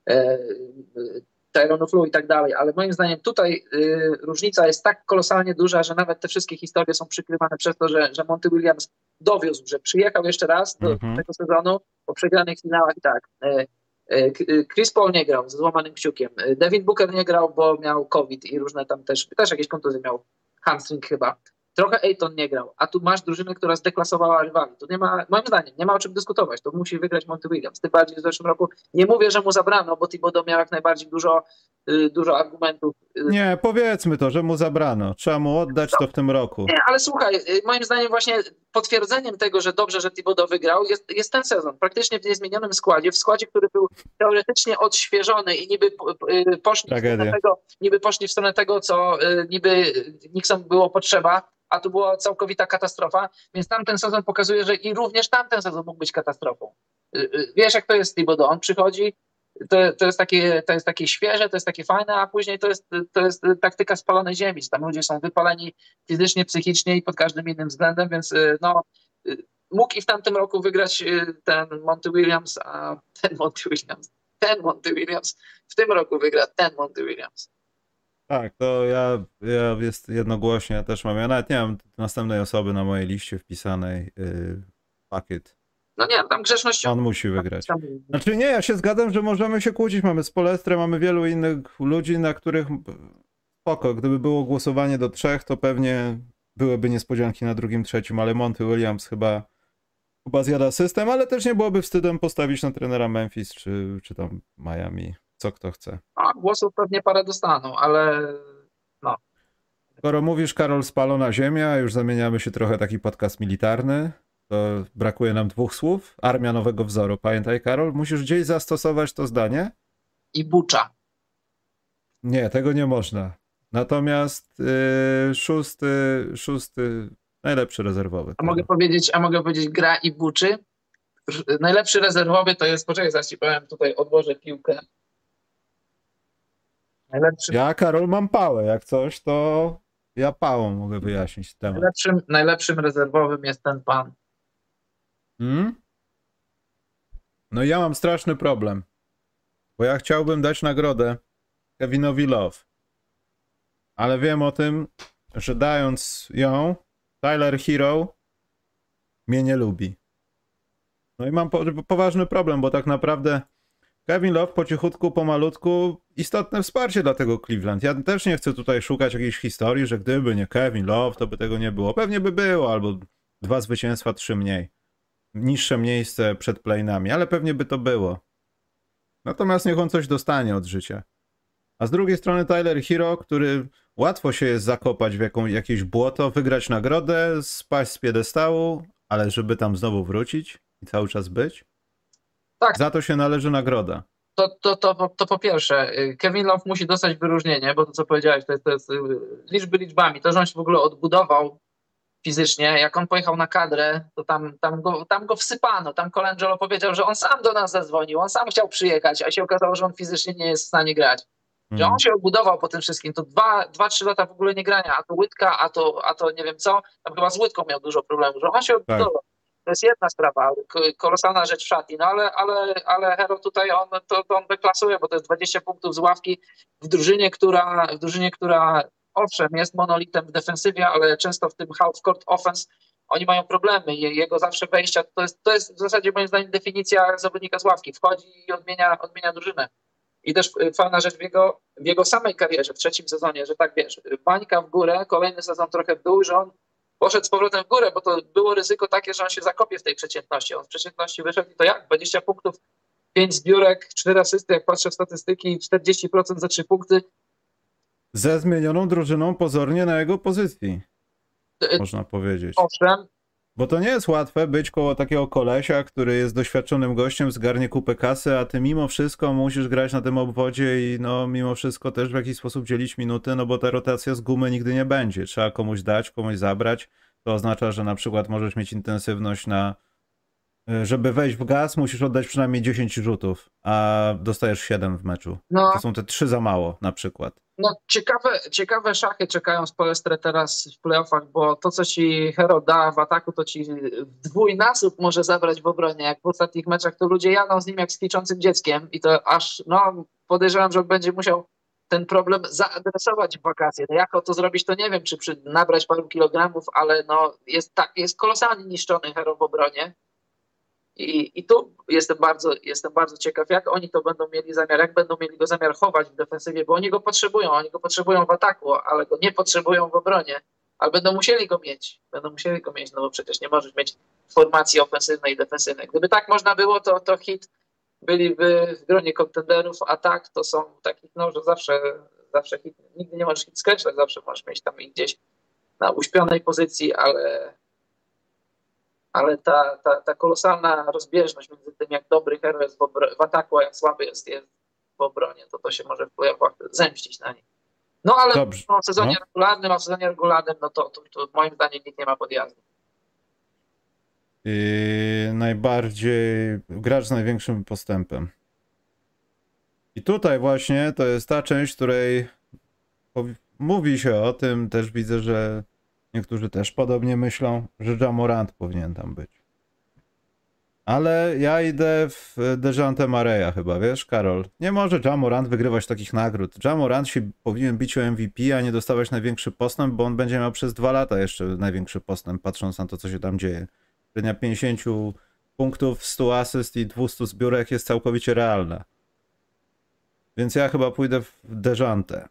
yy, Tyronów Lue i tak dalej, ale moim zdaniem tutaj yy, różnica jest tak kolosalnie duża, że nawet te wszystkie historie są przykrywane przez to, że, że Monty Williams dowiózł, że przyjechał jeszcze raz do Mhm. tego sezonu po przegranych finałach i tak. Yy, yy, Chris Paul nie grał ze złamanym kciukiem, yy, Devin Booker nie grał, bo miał COVID i różne tam też, też jakieś kontuzje miał, hamstring chyba. Trochę Ayton nie grał, a tu masz drużynę, która zdeklasowała rywali. Tu nie ma, moim zdaniem, nie ma o czym dyskutować. To musi wygrać Monty Williams. Tym bardziej w zeszłym roku. Nie mówię, że mu zabrano, bo Thibodeau miał jak najbardziej dużo, y, dużo argumentów. Y, Nie, powiedzmy to, że mu zabrano. Trzeba mu oddać to w tym roku. Nie, ale słuchaj, y, moim zdaniem właśnie potwierdzeniem tego, że dobrze, że Thibodeau wygrał, jest, jest ten sezon. Praktycznie w niezmienionym składzie, w składzie, który był teoretycznie odświeżony i niby y, poszli, w stronę tego, niby poszli w stronę tego, co y, niby Knicksom było potrzeba, a tu była całkowita katastrofa, więc tamten sezon pokazuje, że i również tamten sezon mógł być katastrofą. Wiesz, jak to jest Thibodeau, on przychodzi, to, to, jest takie, to jest takie świeże, to jest takie fajne, a później to jest, to jest taktyka spalonej ziemi, tam ludzie są wypaleni fizycznie, psychicznie i pod każdym innym względem, więc no, mógł i w tamtym roku wygrać ten Monty Williams, a ten Monty Williams, ten Monty Williams w tym roku wygra ten Monty Williams. Tak, to ja, ja jest jednogłośnie, ja też mam, ja nawet nie mam następnej osoby na mojej liście wpisanej, yy, Pakiet. No nie, tam grzecznością. On musi wygrać. Znaczy nie, ja się zgadzam, że możemy się kłócić, mamy Spolestrę, mamy wielu innych ludzi, na których spoko, gdyby było głosowanie do trzech, to pewnie byłyby niespodzianki na drugim, trzecim, ale Monty Williams chyba, chyba zjada system, ale też nie byłoby wstydem postawić na trenera Memphis czy, czy tam Miami. Co kto chce. A głosów pewnie parę dostaną, ale no. Skoro mówisz, Karol, spalona ziemia, już zamieniamy się trochę taki podcast militarny, to brakuje nam dwóch słów. Armia nowego wzoru. Pamiętaj, Karol, musisz gdzieś zastosować to zdanie. I bucza. Nie, tego nie można. Natomiast yy, szósty, szósty, najlepszy rezerwowy. A mogę powiedzieć, a mogę powiedzieć gra i buczy? Najlepszy rezerwowy to jest, poczekaj, zaraz ci powiem, tutaj odłożę piłkę. Najlepszym... Ja, Karol, mam pałę. Jak coś, to ja pałą mogę wyjaśnić temat. Najlepszym, najlepszym rezerwowym jest ten pan. Hmm? No ja mam straszny problem. Bo ja chciałbym dać nagrodę Kevinowi Love. Ale wiem o tym, że dając ją, Tyler Hero mnie nie lubi. No i mam po poważny problem, bo tak naprawdę Kevin Love po cichutku, pomalutku istotne wsparcie dla tego Cleveland. Ja też nie chcę tutaj szukać jakiejś historii, że gdyby nie Kevin Love, to by tego nie było. Pewnie by było, albo dwa zwycięstwa, trzy mniej. Niższe miejsce przed play-inami, ale pewnie by to było. Natomiast niech on coś dostanie od życia. A z drugiej strony Tyler Hero, który łatwo się jest zakopać w jaką, jakieś błoto, wygrać nagrodę, spaść z piedestału, ale żeby tam znowu wrócić i cały czas być, tak. Za to się należy nagroda. To, to, to, to po pierwsze, Kevin Love musi dostać wyróżnienie, bo to co powiedziałeś, to jest, to jest liczby liczbami. To, że on się w ogóle odbudował fizycznie, jak on pojechał na kadrę, to tam, tam, go, tam go wsypano. Tam Colangelo powiedział, że on sam do nas zadzwonił, on sam chciał przyjechać, a się okazało, że on fizycznie nie jest w stanie grać. Że on się odbudował po tym wszystkim, to dwa, dwa, trzy lata w ogóle nie grania, a to Łydka, a to, a to nie wiem co, tam chyba z Łydką miał dużo problemów, że on się odbudował. Tak. To jest jedna sprawa, kolosalna rzecz w szatni, no ale, ale, ale Hero tutaj on, to, to on deklasuje, bo to jest dwadzieścia punktów z ławki w drużynie, która, w drużynie, która owszem, jest monolitem w defensywie, ale często w tym half-court offense oni mają problemy. Jego zawsze wejścia to jest, to jest w zasadzie moim zdaniem definicja zawodnika z ławki. Wchodzi i odmienia, odmienia drużynę. I też fajna rzecz w jego, w jego samej karierze, w trzecim sezonie, że tak wiesz, bańka w górę, kolejny sezon trochę w dół, że on poszedł z powrotem w górę, bo to było ryzyko takie, że on się zakopie w tej przeciętności. On z przeciętności wyszedł i to jak? dwadzieścia punktów, pięć zbiórek, cztery asysty, jak patrzę w statystyki, czterdzieści procent za trzy punkty. Ze zmienioną drużyną pozornie na jego pozycji, można powiedzieć. Owszem. Bo to nie jest łatwe być koło takiego kolesia, który jest doświadczonym gościem, zgarnie kupę kasy, a ty mimo wszystko musisz grać na tym obwodzie i no mimo wszystko też w jakiś sposób dzielić minuty, no bo ta rotacja z gumy nigdy nie będzie. Trzeba komuś dać, komuś zabrać. To oznacza, że na przykład możesz mieć intensywność na... Żeby wejść w gaz, musisz oddać przynajmniej dziesięć rzutów, a dostajesz siedem w meczu. No, to są te trzy za mało na przykład. No ciekawe, ciekawe szachy czekają z Poelstre teraz w playoffach, bo to, co ci Hero da w ataku, to ci dwójnasób może zabrać w obronie. Jak w ostatnich meczach, to ludzie jadą z nim jak z kwiczącym dzieckiem i to aż, no podejrzewam, że będzie musiał ten problem zaadresować w wakacje. No jak to zrobić, to nie wiem, czy przy nabrać paru kilogramów, ale no jest, tak, jest kolosalnie niszczony Hero w obronie. I, I tu jestem bardzo, jestem bardzo ciekaw, jak oni to będą mieli zamiar, jak będą mieli go zamiar chować w defensywie, bo oni go potrzebują, oni go potrzebują w ataku, ale go nie potrzebują w obronie, ale będą musieli go mieć, będą musieli go mieć, no bo przecież nie możesz mieć formacji ofensywnej i defensywnej. Gdyby tak można było, to, to hit byliby w gronie kontenderów, a tak to są takich, no, że zawsze, zawsze hit, nigdy nie możesz hit skreślać, zawsze możesz mieć tam ich gdzieś na uśpionej pozycji, ale ale ta, ta, ta kolosalna rozbieżność między tym, jak dobry Hero jest w, obro- w ataku, a jak słaby jest, jest w obronie, to to się może w playoffach zemścić na nim. No ale Dobrze. No, w sezonie no. regularnym, a w sezonie regularnym, no to, to, to moim zdaniem nikt nie ma podjazdu. I najbardziej gracz z największym postępem. I tutaj właśnie to jest ta część, w której mówi się o tym, też widzę, że niektórzy też podobnie myślą, że Ja Morant powinien tam być. Ale ja idę w Dejante Murraya chyba, wiesz, Karol? Nie może Ja Morant wygrywać takich nagród. Ja Morant się powinien bić o M V P, a nie dostawać największy postęp, bo on będzie miał przez dwa lata jeszcze największy postęp, patrząc na to, co się tam dzieje. Średnia pięćdziesiąt punktów, sto asyst i dwieście zbiórek jest całkowicie realna. Więc ja chyba pójdę w Dejante.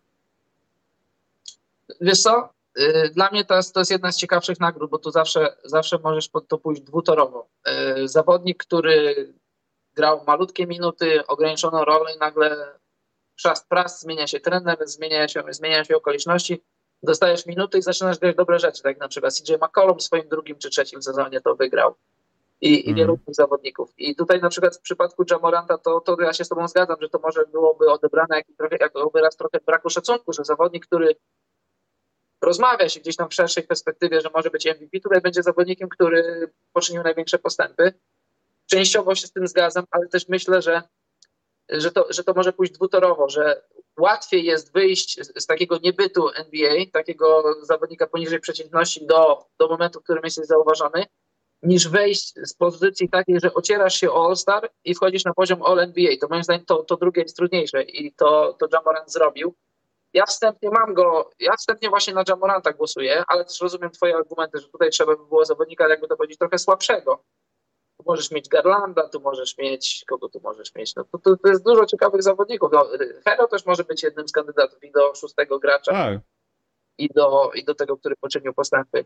Wiesz co? Dla mnie to jest, to jest jedna z ciekawszych nagród, bo tu zawsze, zawsze możesz pod to pójść dwutorowo. Zawodnik, który grał malutkie minuty, ograniczoną rolę i nagle szast pras, zmienia się trener, zmienia się, zmieniają się okoliczności, dostajesz minuty i zaczynasz grać dobre rzeczy, tak jak na przykład C J McCollum w swoim drugim czy trzecim sezonie to wygrał. I, i wielu mm. zawodników. I tutaj na przykład w przypadku Ja Moranta to, to ja się z tobą zgadzam, że to może byłoby odebrane jak trochę, jakby raz trochę braku szacunku, że zawodnik, który rozmawia się gdzieś tam w szerszej perspektywie, że może być M V P, tutaj będzie zawodnikiem, który poczynił największe postępy. Częściowo się z tym zgadzam, ale też myślę, że, że, to, że to może pójść dwutorowo, że łatwiej jest wyjść z, z takiego niebytu N B A, takiego zawodnika poniżej przeciętności do, do momentu, w którym jesteś zauważony, niż wejść z pozycji takiej, że ocierasz się o All-Star i wchodzisz na poziom All-N B A. To moim zdaniem to, to drugie jest trudniejsze i to, to Ja Morant zrobił. Ja wstępnie mam go, ja wstępnie właśnie na Ja Moranta głosuję, ale też rozumiem twoje argumenty, że tutaj trzeba by było zawodnika, jakby to powiedzieć, trochę słabszego. Tu możesz mieć Garlanda, tu możesz mieć, kogo tu możesz mieć? No to, to, to jest dużo ciekawych zawodników. No, Hero też może być jednym z kandydatów i do szóstego gracza, tak. i, do, i do tego, który poczynił postępy.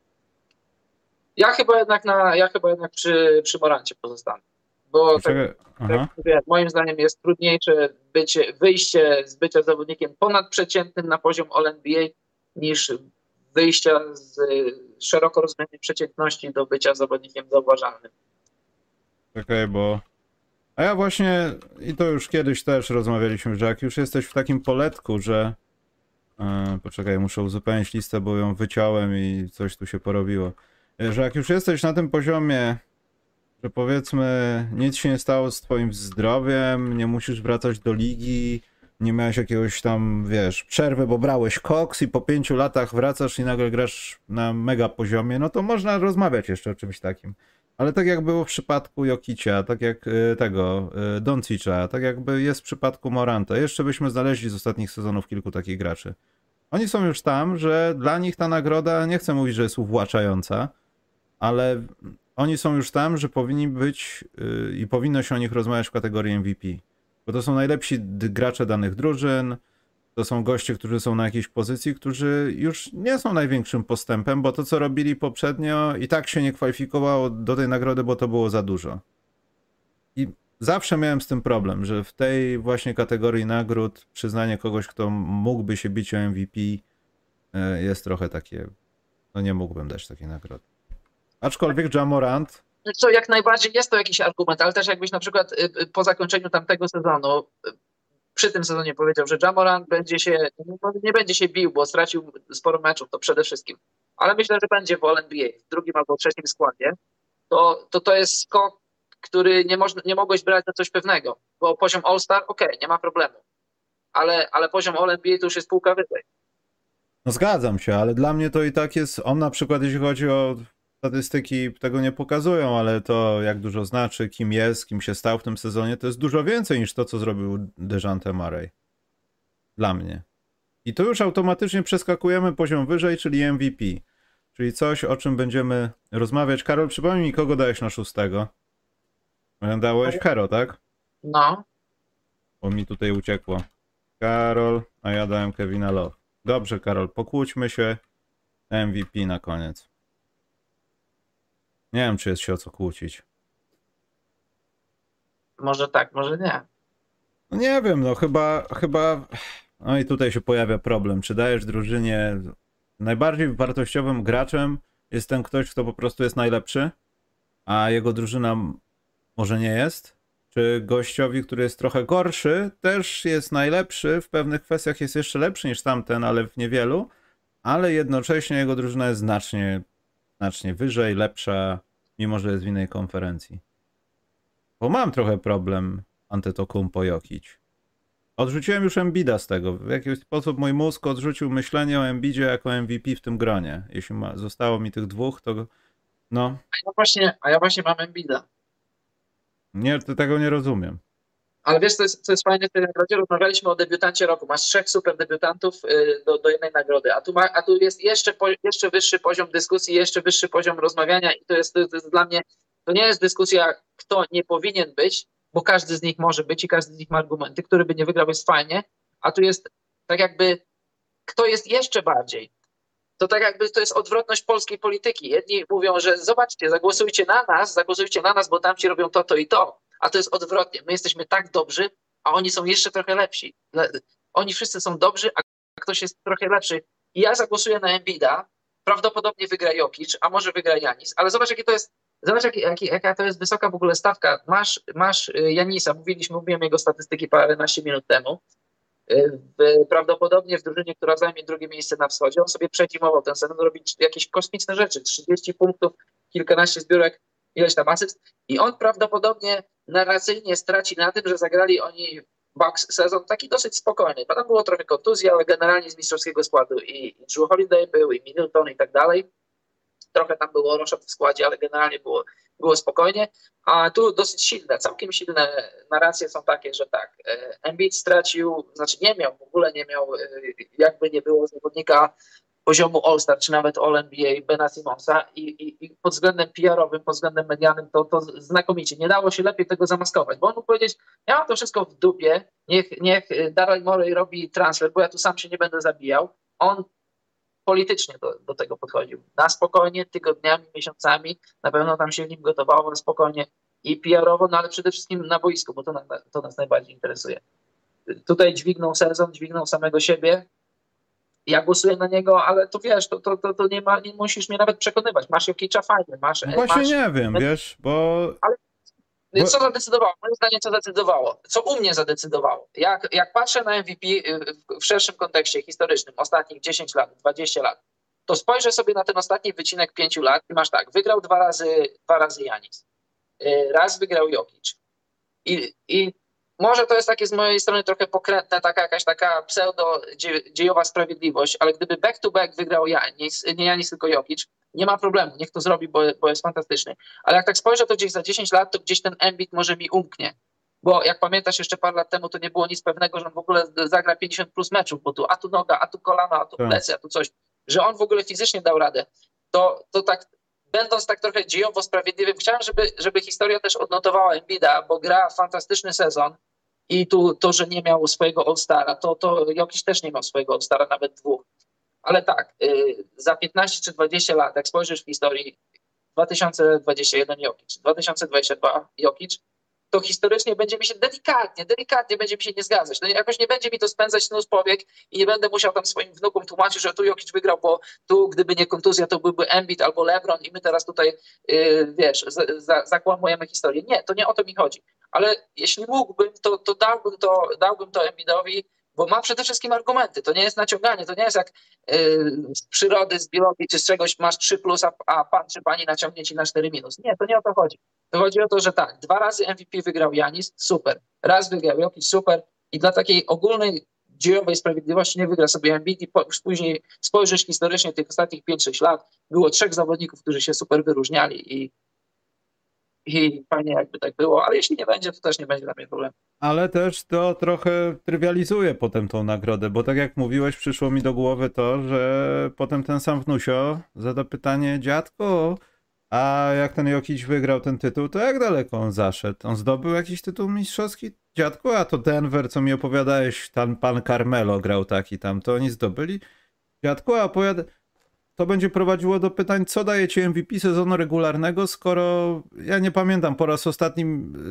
Ja chyba jednak na, ja chyba jednak przy, przy Morancie pozostanę. Bo tak, tak, moim zdaniem jest trudniejsze bycie, wyjście z bycia zawodnikiem ponadprzeciętnym na poziom All-N B A niż wyjścia z szeroko rozumianej przeciętności do bycia zawodnikiem zauważalnym. Okej, okay, bo... A ja właśnie, i to już kiedyś też rozmawialiśmy, że jak już jesteś w takim poletku, że... E, poczekaj, muszę uzupełnić listę, bo ją wyciąłem i coś tu się porobiło. Że jak już jesteś na tym poziomie, że powiedzmy nic się nie stało z twoim zdrowiem, nie musisz wracać do ligi, nie miałeś jakiegoś tam, wiesz, przerwy, bo brałeś koks i po pięciu latach wracasz i nagle grasz na mega poziomie, no to można rozmawiać jeszcze o czymś takim. Ale tak jak było w przypadku Jokicia, tak jak y, tego, y, Doncicza, tak jakby jest w przypadku Moranta, jeszcze byśmy znaleźli z ostatnich sezonów kilku takich graczy. Oni są już tam, że dla nich ta nagroda, nie chcę mówić, że jest uwłaczająca, ale oni są już tam, że powinni być yy, i powinno się o nich rozmawiać w kategorii M V P. Bo to są najlepsi gracze danych drużyn, to są goście, którzy są na jakiejś pozycji, którzy już nie są największym postępem, bo to, co robili poprzednio, i tak się nie kwalifikowało do tej nagrody, bo to było za dużo. I zawsze miałem z tym problem, że w tej właśnie kategorii nagród przyznanie kogoś, kto mógłby się bić o M V P, jest trochę takie, no nie mógłbym dać takiej nagrody. Aczkolwiek Ja Morant... Co jak najbardziej jest to jakiś argument, ale też jakbyś na przykład po zakończeniu tamtego sezonu, przy tym sezonie powiedział, że Ja Morant będzie się, nie będzie się bił, bo stracił sporo meczów, to przede wszystkim, ale myślę, że będzie w All N B A, w drugim albo trzecim składzie, to to, to jest skok, który nie, można, nie mogłeś brać za coś pewnego, bo poziom All-Star, okej, okay, nie ma problemu, ale, ale poziom All N B A to już jest półka wyżej. No zgadzam się, ale dla mnie to i tak jest, on na przykład jeśli chodzi o statystyki, tego nie pokazują, ale to jak dużo znaczy, kim jest, kim się stał w tym sezonie, to jest dużo więcej niż to, co zrobił Dejounte Murray. Dla mnie. I tu już automatycznie przeskakujemy poziom wyżej, czyli M V P. Czyli coś, o czym będziemy rozmawiać. Karol, przypomnij mi, kogo dałeś na szóstego? Dałeś Hero, tak? No. Bo mi tutaj uciekło. Karol, a ja dałem Kevina Love. Dobrze, Karol, pokłóćmy się. M V P na koniec. Nie wiem, czy jest się o co kłócić. Może tak, może nie. No nie wiem, no chyba, chyba... No i tutaj się pojawia problem. Czy dajesz drużynie... Najbardziej wartościowym graczem jest ten ktoś, kto po prostu jest najlepszy, a jego drużyna może nie jest? Czy gościowi, który jest trochę gorszy, też jest najlepszy, w pewnych kwestiach jest jeszcze lepszy niż tamten, ale w niewielu, ale jednocześnie jego drużyna jest znacznie, znacznie wyżej, lepsza, mimo że jest w innej konferencji. Bo mam trochę problem Antetokounmpo Jokic. Odrzuciłem już Embida z tego. W jakiś sposób mój mózg odrzucił myślenie o Embidzie jako M V P w tym gronie. Jeśli ma, zostało mi tych dwóch, to no. A ja właśnie, a ja właśnie mam Embida. Nie, to tego nie rozumiem. Ale wiesz, co jest, co jest fajne w tej nagrodzie? Rozmawialiśmy o debiutancie roku. Masz trzech super debiutantów do, do jednej nagrody, a tu, ma, a tu jest jeszcze, po, jeszcze wyższy poziom dyskusji, jeszcze wyższy poziom rozmawiania i to jest, to jest dla mnie, to nie jest dyskusja, kto nie powinien być, bo każdy z nich może być i każdy z nich ma argumenty, który by nie wygrał, jest fajnie, a tu jest tak jakby, kto jest jeszcze bardziej. To tak jakby to jest odwrotność polskiej polityki. Jedni mówią, że zobaczcie, zagłosujcie na nas, zagłosujcie na nas, bo tamci robią to, to i to. A to jest odwrotnie. My jesteśmy tak dobrzy, a oni są jeszcze trochę lepsi. Oni wszyscy są dobrzy, a ktoś jest trochę lepszy. I ja zagłosuję na Embida, prawdopodobnie wygra Jokic, a może wygra Janis, ale zobacz, jakie to jest, zobacz, jak, jak, jaka to jest wysoka w ogóle stawka. Masz, masz Janisa, mówiliśmy, mówiłem jego statystyki paręnaście minut temu. W, prawdopodobnie w drużynie, która zajmie drugie miejsce na wschodzie, on sobie przedzimował ten sezon, robi jakieś kosmiczne rzeczy, trzydzieści punktów, kilkanaście zbiórek, ileś tam asyst i on prawdopodobnie narracyjnie straci na tym, że zagrali oni Bucks sezon taki dosyć spokojny. Tam było trochę kontuzji, ale generalnie z mistrzowskiego składu i, i Drew Holiday był, i Middleton i tak dalej. Trochę tam było Roszad w składzie, ale generalnie było, było spokojnie. A tu dosyć silne, całkiem silne narracje są takie, że tak, Embiid stracił, znaczy nie miał, w ogóle nie miał, jakby nie było zawodnika poziomu All-Star, czy nawet All N B A Bena Simmonsa i, i, i pod względem P R-owym, pod względem medialnym to, to znakomicie. Nie dało się lepiej tego zamaskować, bo on mógł powiedzieć, ja mam to wszystko w dupie, niech, niech Daryl Morey robi transfer, bo ja tu sam się nie będę zabijał. On politycznie do, do tego podchodził. Na spokojnie, tygodniami, miesiącami, na pewno tam się w nim gotowało, na spokojnie i P R-owo, no ale przede wszystkim na boisku, bo to, na, to nas najbardziej interesuje. Tutaj dźwignął sezon, dźwignął samego siebie. Ja głosuję na niego, ale to wiesz, to, to, to, to nie, ma, nie musisz mnie nawet przekonywać. Masz Jokicza fajnie, masz... No właśnie masz, nie wiem, wiesz, bo... Ale bo... co zadecydowało? Moim zdaniem co zadecydowało? Co u mnie zadecydowało? Jak, jak patrzę na M V P w szerszym kontekście historycznym, ostatnich dziesięć lat, dwadzieścia lat, to spojrzę sobie na ten ostatni wycinek pięciu lat i masz tak, wygrał dwa razy, dwa razy Janis, raz wygrał Jokic i, i może to jest takie z mojej strony trochę pokrętne, taka jakaś taka pseudo-dziejowa sprawiedliwość, ale gdyby back-to-back wygrał Janis, nie Janis, tylko Jokic, nie ma problemu, niech to zrobi, bo, bo jest fantastyczny. Ale jak tak spojrzę, to gdzieś za dziesięć lat, to gdzieś ten Embiid może mi umknie. bo jak pamiętasz jeszcze parę lat temu, to nie było nic pewnego, że on w ogóle zagra pięćdziesiąt plus meczów, bo tu a tu noga, a tu kolana, a tu Tak. plecy, a tu coś, że on w ogóle fizycznie dał radę. To, to tak, będąc tak trochę dziejowo sprawiedliwym, chciałem, żeby, żeby historia też odnotowała Embida, bo gra fantastyczny sezon i tu to, że nie miał swojego All-Stara, to, to Jokic też nie miał swojego All-Stara, nawet dwóch. Ale tak, yy, za piętnaście czy dwadzieścia lat, jak spojrzysz w historii dwa tysiące dwudziesty pierwszy Jokic, dwa tysiące dwudziesty drugi Jokic, to historycznie będzie mi się delikatnie, delikatnie będzie mi się nie zgadzać. No jakoś nie będzie mi to spędzać snus powiek i nie będę musiał tam swoim wnukom tłumaczyć, że tu Jokic wygrał, bo tu gdyby nie kontuzja, to byłby Embiid albo LeBron i my teraz tutaj, yy, wiesz, za, za, zakłamujemy historię. Nie, to nie o to mi chodzi. Ale jeśli mógłbym, to, to dałbym to, dałbym to Embiidowi, bo ma przede wszystkim argumenty. To nie jest naciąganie, to nie jest jak yy, z przyrody, z biologii czy z czegoś masz trzy plus, a, a pan czy pani naciągnie ci na cztery minus. Nie, to nie o to chodzi. To chodzi o to, że tak, dwa razy M V P wygrał Giannis, super. Raz wygrał Jokic, super. I dla takiej ogólnej dziejowej sprawiedliwości nie wygra sobie Embiid i po, później spojrzysz historycznie tych ostatnich pięć sześć lat, było trzech zawodników, którzy się super wyróżniali i i fajnie jakby tak było, ale jeśli nie będzie, to też nie będzie dla mnie problemu. Ale też to trochę trywializuje potem tą nagrodę, bo tak jak mówiłeś, przyszło mi do głowy to, że potem ten sam wnusio zada pytanie, dziadku, a jak ten Jokic wygrał ten tytuł, to jak daleko on zaszedł? On zdobył jakiś tytuł mistrzowski? Dziadku, a to Denver, co mi opowiadałeś, tam pan Carmelo grał taki tam, to oni zdobyli? Dziadku, a opowiada... To będzie prowadziło do pytań, co daje ci M V P sezonu regularnego, skoro ja nie pamiętam po raz ostatni,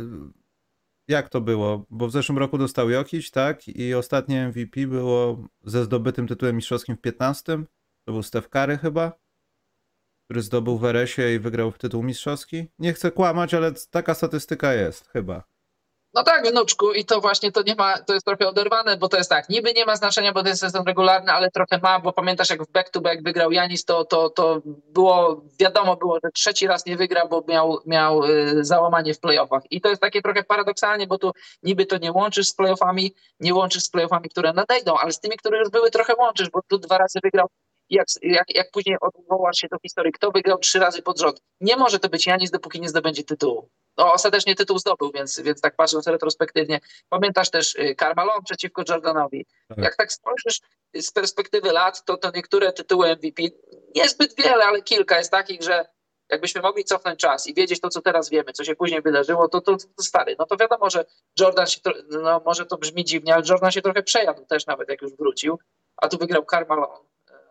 jak to było, bo w zeszłym roku dostał Jokic, tak? I ostatnie M V P było ze zdobytym tytułem mistrzowskim w piętnastym. To był Steph Curry chyba, który zdobył w Eresie i wygrał tytuł mistrzowski. Nie chcę kłamać, ale taka statystyka jest chyba. No tak, wnuczku, i to właśnie to nie ma, to jest trochę oderwane, bo to jest tak, niby nie ma znaczenia, bo to jest sezon regularny, ale trochę ma, bo pamiętasz, jak w back-to-back wygrał Giannis, to, to, to było, wiadomo było, że trzeci raz nie wygra, bo miał, miał y, załamanie w playoffach. I to jest takie trochę paradoksalnie, bo tu niby to nie łączysz z playoffami, nie łączysz z playoffami, które nadejdą, ale z tymi, które już były, trochę łączysz, bo tu dwa razy wygrał. Jak, jak, jak później odwołasz się do historii, kto wygrał trzy razy pod rząd. Nie może to być Giannis, dopóki nie zdobędzie tytułu. No, ostatecznie tytuł zdobył, więc, więc tak patrząc retrospektywnie. Pamiętasz też Karmelo przeciwko Jordanowi. Tak. Jak tak spojrzysz z perspektywy lat, to, to niektóre tytuły M V P, niezbyt wiele, ale kilka jest takich, że jakbyśmy mogli cofnąć czas i wiedzieć to, co teraz wiemy, co się później wydarzyło, to, to, to stary. No to wiadomo, że Jordan się, no może to brzmi dziwnie, ale Jordan się trochę przejadł też nawet, jak już wrócił, a tu wygrał Karmelo.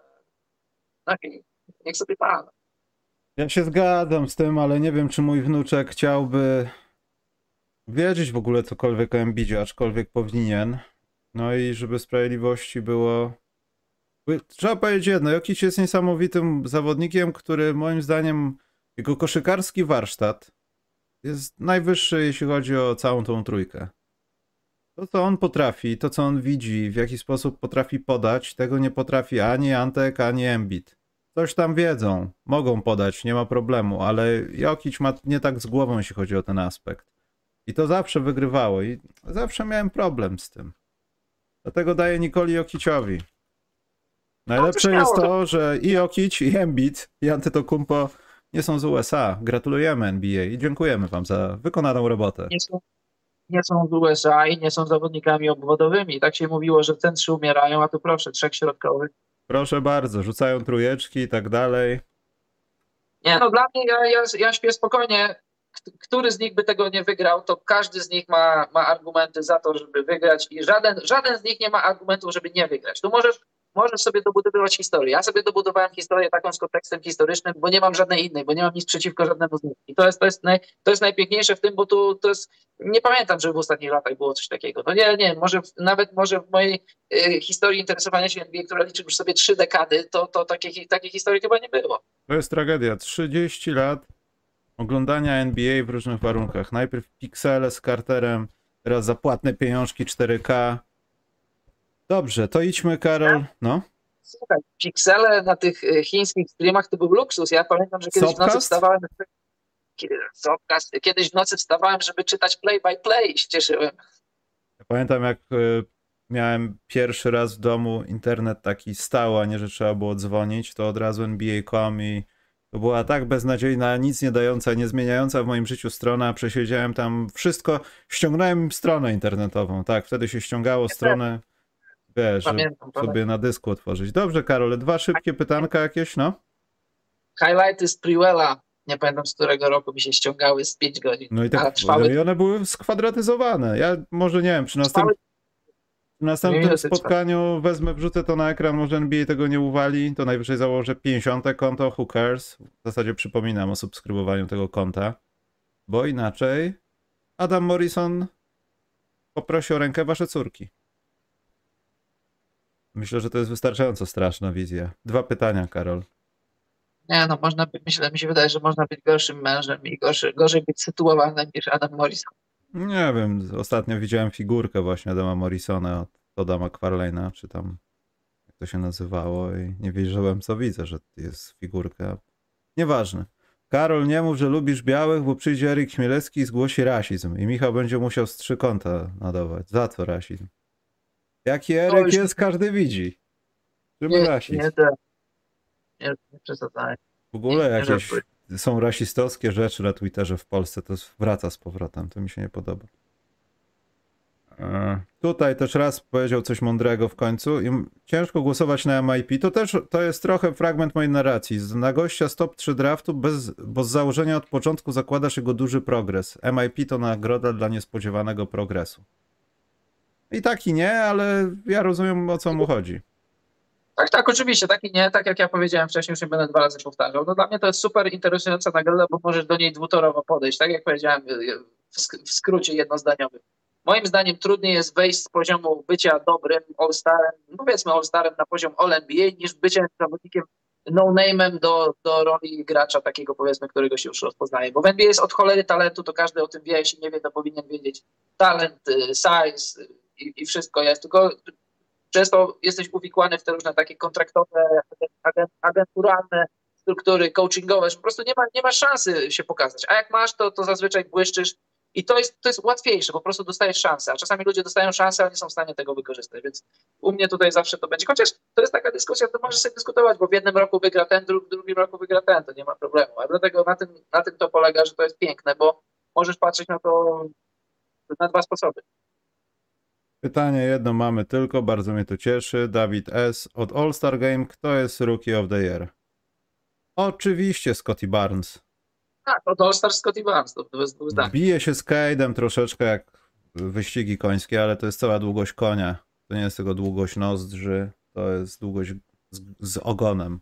No i niech sobie pan. Ja się zgadzam z tym, ale nie wiem, czy mój wnuczek chciałby wiedzieć w ogóle cokolwiek o Embiidzie, aczkolwiek powinien. No i żeby sprawiedliwości było... Trzeba powiedzieć jedno, Jokic jest niesamowitym zawodnikiem, który moim zdaniem, jego koszykarski warsztat jest najwyższy, jeśli chodzi o całą tą trójkę. To, co on potrafi, to, co on widzi, w jaki sposób potrafi podać, tego nie potrafi ani Antek, ani Embiid. Coś tam wiedzą, mogą podać, nie ma problemu, ale Jokic ma nie tak z głową, jeśli chodzi o ten aspekt. I to zawsze wygrywało i zawsze miałem problem z tym. Dlatego daję Nikoli Jokiciowi. Najlepsze no, jest to, że i Jokic, i Embiid, i Antetokounmpo nie są z U S A. Gratulujemy N B A i dziękujemy wam za wykonaną robotę. Nie są, nie są z U S A i nie są zawodnikami obwodowymi. Tak się mówiło, że centrzy umierają, a tu proszę, trzech środkowych. Proszę bardzo, rzucają trójeczki i tak dalej. Nie, no dla mnie, ja, ja, ja śpię spokojnie. Który z nich by tego nie wygrał, to każdy z nich ma, ma argumenty za to, żeby wygrać i żaden, żaden z nich nie ma argumentów, żeby nie wygrać. Tu możesz, możesz sobie dobudowywać historię. Ja sobie dobudowałem historię taką z kontekstem historycznym, bo nie mam żadnej innej, bo nie mam nic przeciwko żadnemu z nich. I to jest, to jest, naj, to jest najpiękniejsze w tym, bo tu to jest, nie pamiętam, żeby w ostatnich latach było coś takiego. No nie, nie, może w, nawet może w mojej y, historii interesowania się N B A, która liczy już sobie trzy dekady, to, to takiej, takiej historii chyba nie było. To jest tragedia. trzydzieści lat oglądania N B A w różnych warunkach. Najpierw piksele z Carterem, teraz zapłatne pieniążki cztery K. Dobrze, to idźmy, Karol. No. Słuchaj, piksele na tych chińskich streamach to był luksus. Ja pamiętam, że kiedyś Softcast? w nocy wstawałem. Softcast, kiedyś w nocy wstawałem, żeby czytać play by play i się cieszyłem. Ja pamiętam, jak y, miałem pierwszy raz w domu internet taki stały, a nie, że trzeba było dzwonić, to od razu N B A kropka com i To była tak beznadziejna, nic nie dająca, nie zmieniająca w moim życiu strona. Przesiedziałem tam wszystko, ściągnąłem im stronę internetową. Tak, wtedy się ściągało stronę, wiesz, żeby Pamiętam, sobie pamiętam. na dysku otworzyć. Dobrze, Karol, dwa szybkie pytanka jakieś, no? Highlighty z Prewella, nie pamiętam z którego roku mi się ściągały z pięć godzin. No i A tak, trwały, i one były skwadratyzowane. Ja może nie wiem, przy następ, trwały przy następnym minuty. Trwa. spotkaniu wezmę, wrzucę to na ekran, może N B A tego nie uwali, to najwyżej założę pięćdziesiąte konto, who cares? W zasadzie przypominam o subskrybowaniu tego konta, bo inaczej Adam Morrison poprosi o rękę wasze córki. Myślę, że to jest wystarczająco straszna wizja. Dwa pytania, Karol. Nie no, można by, myślę, mi się wydaje, że można być gorszym mężem i gorszy, gorzej być sytuowanym niż Adam Morrison. Nie wiem, ostatnio widziałem figurkę właśnie Adama Morrisona od Toda McFarlane'a, czy tam jak to się nazywało i nie wierzyłem, co widzę, że jest figurka. Nieważne. Karol, nie mów, że lubisz białych, bo przyjdzie Erik Chmielewski i zgłosi rasizm i Michał będzie musiał z trzy konta nadawać. Za co rasizm? Jaki Erek już jest, każdy widzi. Czym Nie, rasizm? nie, te, nie, nie przesadzaj. W ogóle nie, nie jakieś żartuj. są rasistowskie rzeczy na Twitterze w Polsce, to wraca z powrotem, to mi się nie podoba. E, Tutaj też raz powiedział coś mądrego w końcu i m- ciężko głosować na M I P. To też to jest trochę fragment mojej narracji. Z- Na gościa z top trzy draftu, bez, bo z założenia od początku zakładasz jego duży progres. M I P to nagroda dla niespodziewanego progresu. I tak i nie, ale ja rozumiem, o co mu chodzi. Tak, tak, oczywiście, tak i nie, tak jak ja powiedziałem wcześniej, już nie będę dwa razy powtarzał. No dla mnie to jest super interesująca nagroda, bo możesz do niej dwutorowo podejść, tak jak powiedziałem w, sk- w skrócie jednozdaniowym. Moim zdaniem trudniej jest wejść z poziomu bycia dobrym All-Starem, powiedzmy All-Starem na poziom All N B A, niż byciem zawodnikiem no-name'em do, do roli gracza takiego, powiedzmy, którego się już rozpoznaje. Bo w N B A jest od cholery talentu, to każdy o tym wie, jeśli nie wie, to powinien wiedzieć. Talent, y, size y, i, i wszystko jest, tylko często jesteś uwikłany w te różne takie kontraktowe, agent, agenturalne struktury, coachingowe, że po prostu nie ma, nie ma szansy się pokazać. A jak masz, to, to zazwyczaj błyszczysz i to jest, to jest łatwiejsze, po prostu dostajesz szansę, a czasami ludzie dostają szansę, a nie są w stanie tego wykorzystać, więc u mnie tutaj zawsze to będzie. Chociaż to jest taka dyskusja, to możesz sobie dyskutować, bo w jednym roku wygra ten, dru- w drugim roku wygra ten, to nie ma problemu. A dlatego na tym, na tym to polega, że to jest piękne, bo możesz patrzeć na to na dwa sposoby. Pytanie jedno mamy tylko, bardzo mnie to cieszy. Dawid S. Od All-Star Game, kto jest Rookie of the Year? Oczywiście Scotty Barnes. Tak, to All-Star Scotty Barnes, to bez dwóch zdań. Bije się z Cade'em troszeczkę jak wyścigi końskie, ale to jest cała długość konia. To nie jest tylko długość nozdrzy, to jest długość z, z ogonem.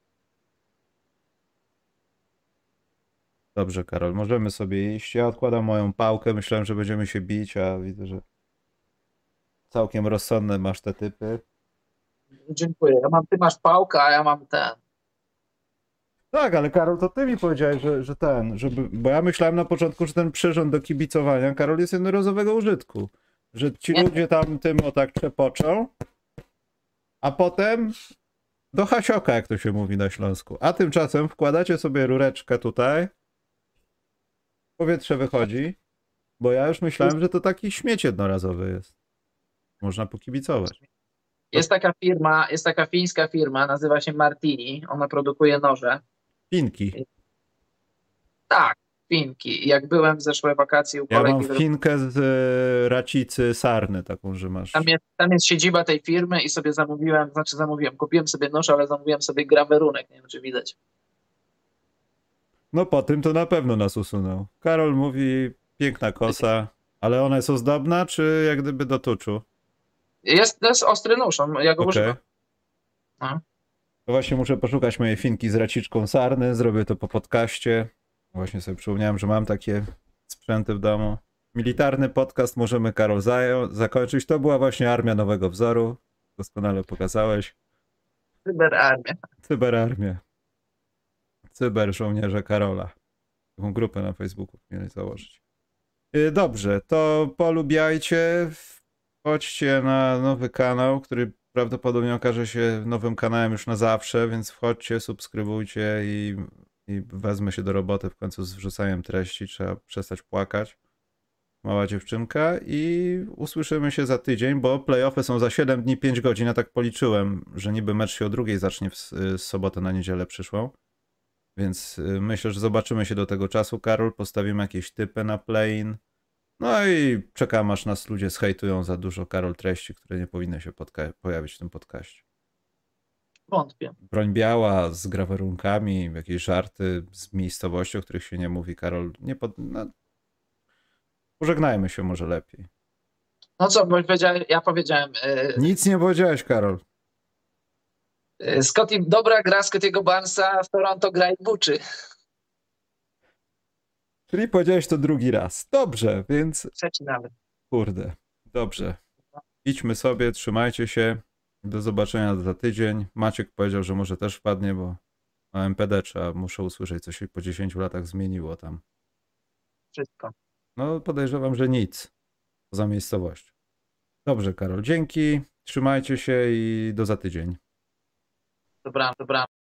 Dobrze, Karol, możemy sobie iść. Ja odkładam moją pałkę, myślałem, że będziemy się bić, a widzę, że całkiem rozsądne masz te typy. Dziękuję. Ja mam, ty masz pałkę, a ja mam ten. Tak, ale Karol, to ty mi powiedziałeś, że, że ten, żeby, bo ja myślałem na początku, że ten przyrząd do kibicowania, Karol, jest jednorazowego użytku. Że ci Nie. ludzie tam tym o tak trzepoczą, a potem do hasioka, jak to się mówi na Śląsku. A tymczasem wkładacie sobie rureczkę tutaj, powietrze wychodzi, bo ja już myślałem, że to taki śmieć jednorazowy jest. Można pokibicować. Jest taka firma, jest taka fińska firma, nazywa się Martini. Ona produkuje noże. Finki. Tak, Finki. Jak byłem w zeszłe wakacje u Ja kolegi, mam w- finkę z e, Racicy Sarny, taką, że masz. tam jest, tam jest siedziba tej firmy i sobie zamówiłem, znaczy zamówiłem, kupiłem sobie nóż, ale zamówiłem sobie grawerunek, nie wiem czy widać. No po tym to na pewno nas usunął. Karol mówi, piękna kosa, ale ona jest ozdobna, czy jak gdyby do tuczu? Jest, to jest ostry nóż, on, ja go Okej. używam. No. To właśnie muszę poszukać mojej finki z raciczką Sarny, zrobię to po podcaście. Właśnie sobie przypomniałem, że mam takie sprzęty w domu. Militarny podcast możemy, Karol, zajął, zakończyć. To była właśnie Armia Nowego Wzoru. Doskonale pokazałeś. Cyberarmia. Cyberarmię. Cyber żołnierze Karola. Taką grupę na Facebooku mieli założyć. Yy, Dobrze, to polubiajcie. Wchodźcie na nowy kanał, który prawdopodobnie okaże się nowym kanałem już na zawsze, więc wchodźcie, subskrybujcie i, i wezmę się do roboty w końcu z wrzucaniem treści. Trzeba przestać płakać. Mała dziewczynka i usłyszymy się za tydzień, bo playoffy są za siedem dni, pięć godzin. Ja tak policzyłem, że niby mecz się o drugiej zacznie w, z soboty na niedzielę przyszłą. Więc y, myślę, że zobaczymy się do tego czasu, Karol. Postawimy jakieś typy na play-in. No i czekam, aż nas ludzie zhejtują za dużo, Karol, treści, które nie powinny się podka- pojawić w tym podcaście. Wątpię. Broń biała z grawerunkami, jakieś żarty z miejscowości, o których się nie mówi, Karol. Nie pod... no. Pożegnajmy się może lepiej. No co, bo powiedziałem, ja powiedziałem. Yy, Nic nie powiedziałeś, Karol. yy, Scotty, dobra gra Scottiego Barnesa w Toronto gra i buczy. Czyli powiedziałeś to drugi raz. Dobrze, więc Trzeci nawet. kurde, dobrze. Idźmy sobie, trzymajcie się. Do zobaczenia za tydzień. Maciek powiedział, że może też wpadnie, bo o M P D trzeba, muszę usłyszeć, co się po dziesięciu latach zmieniło tam. Wszystko. No podejrzewam, że nic. Poza miejscowością. Dobrze, Karol, dzięki. Trzymajcie się i do za tydzień. Dobra, dobra.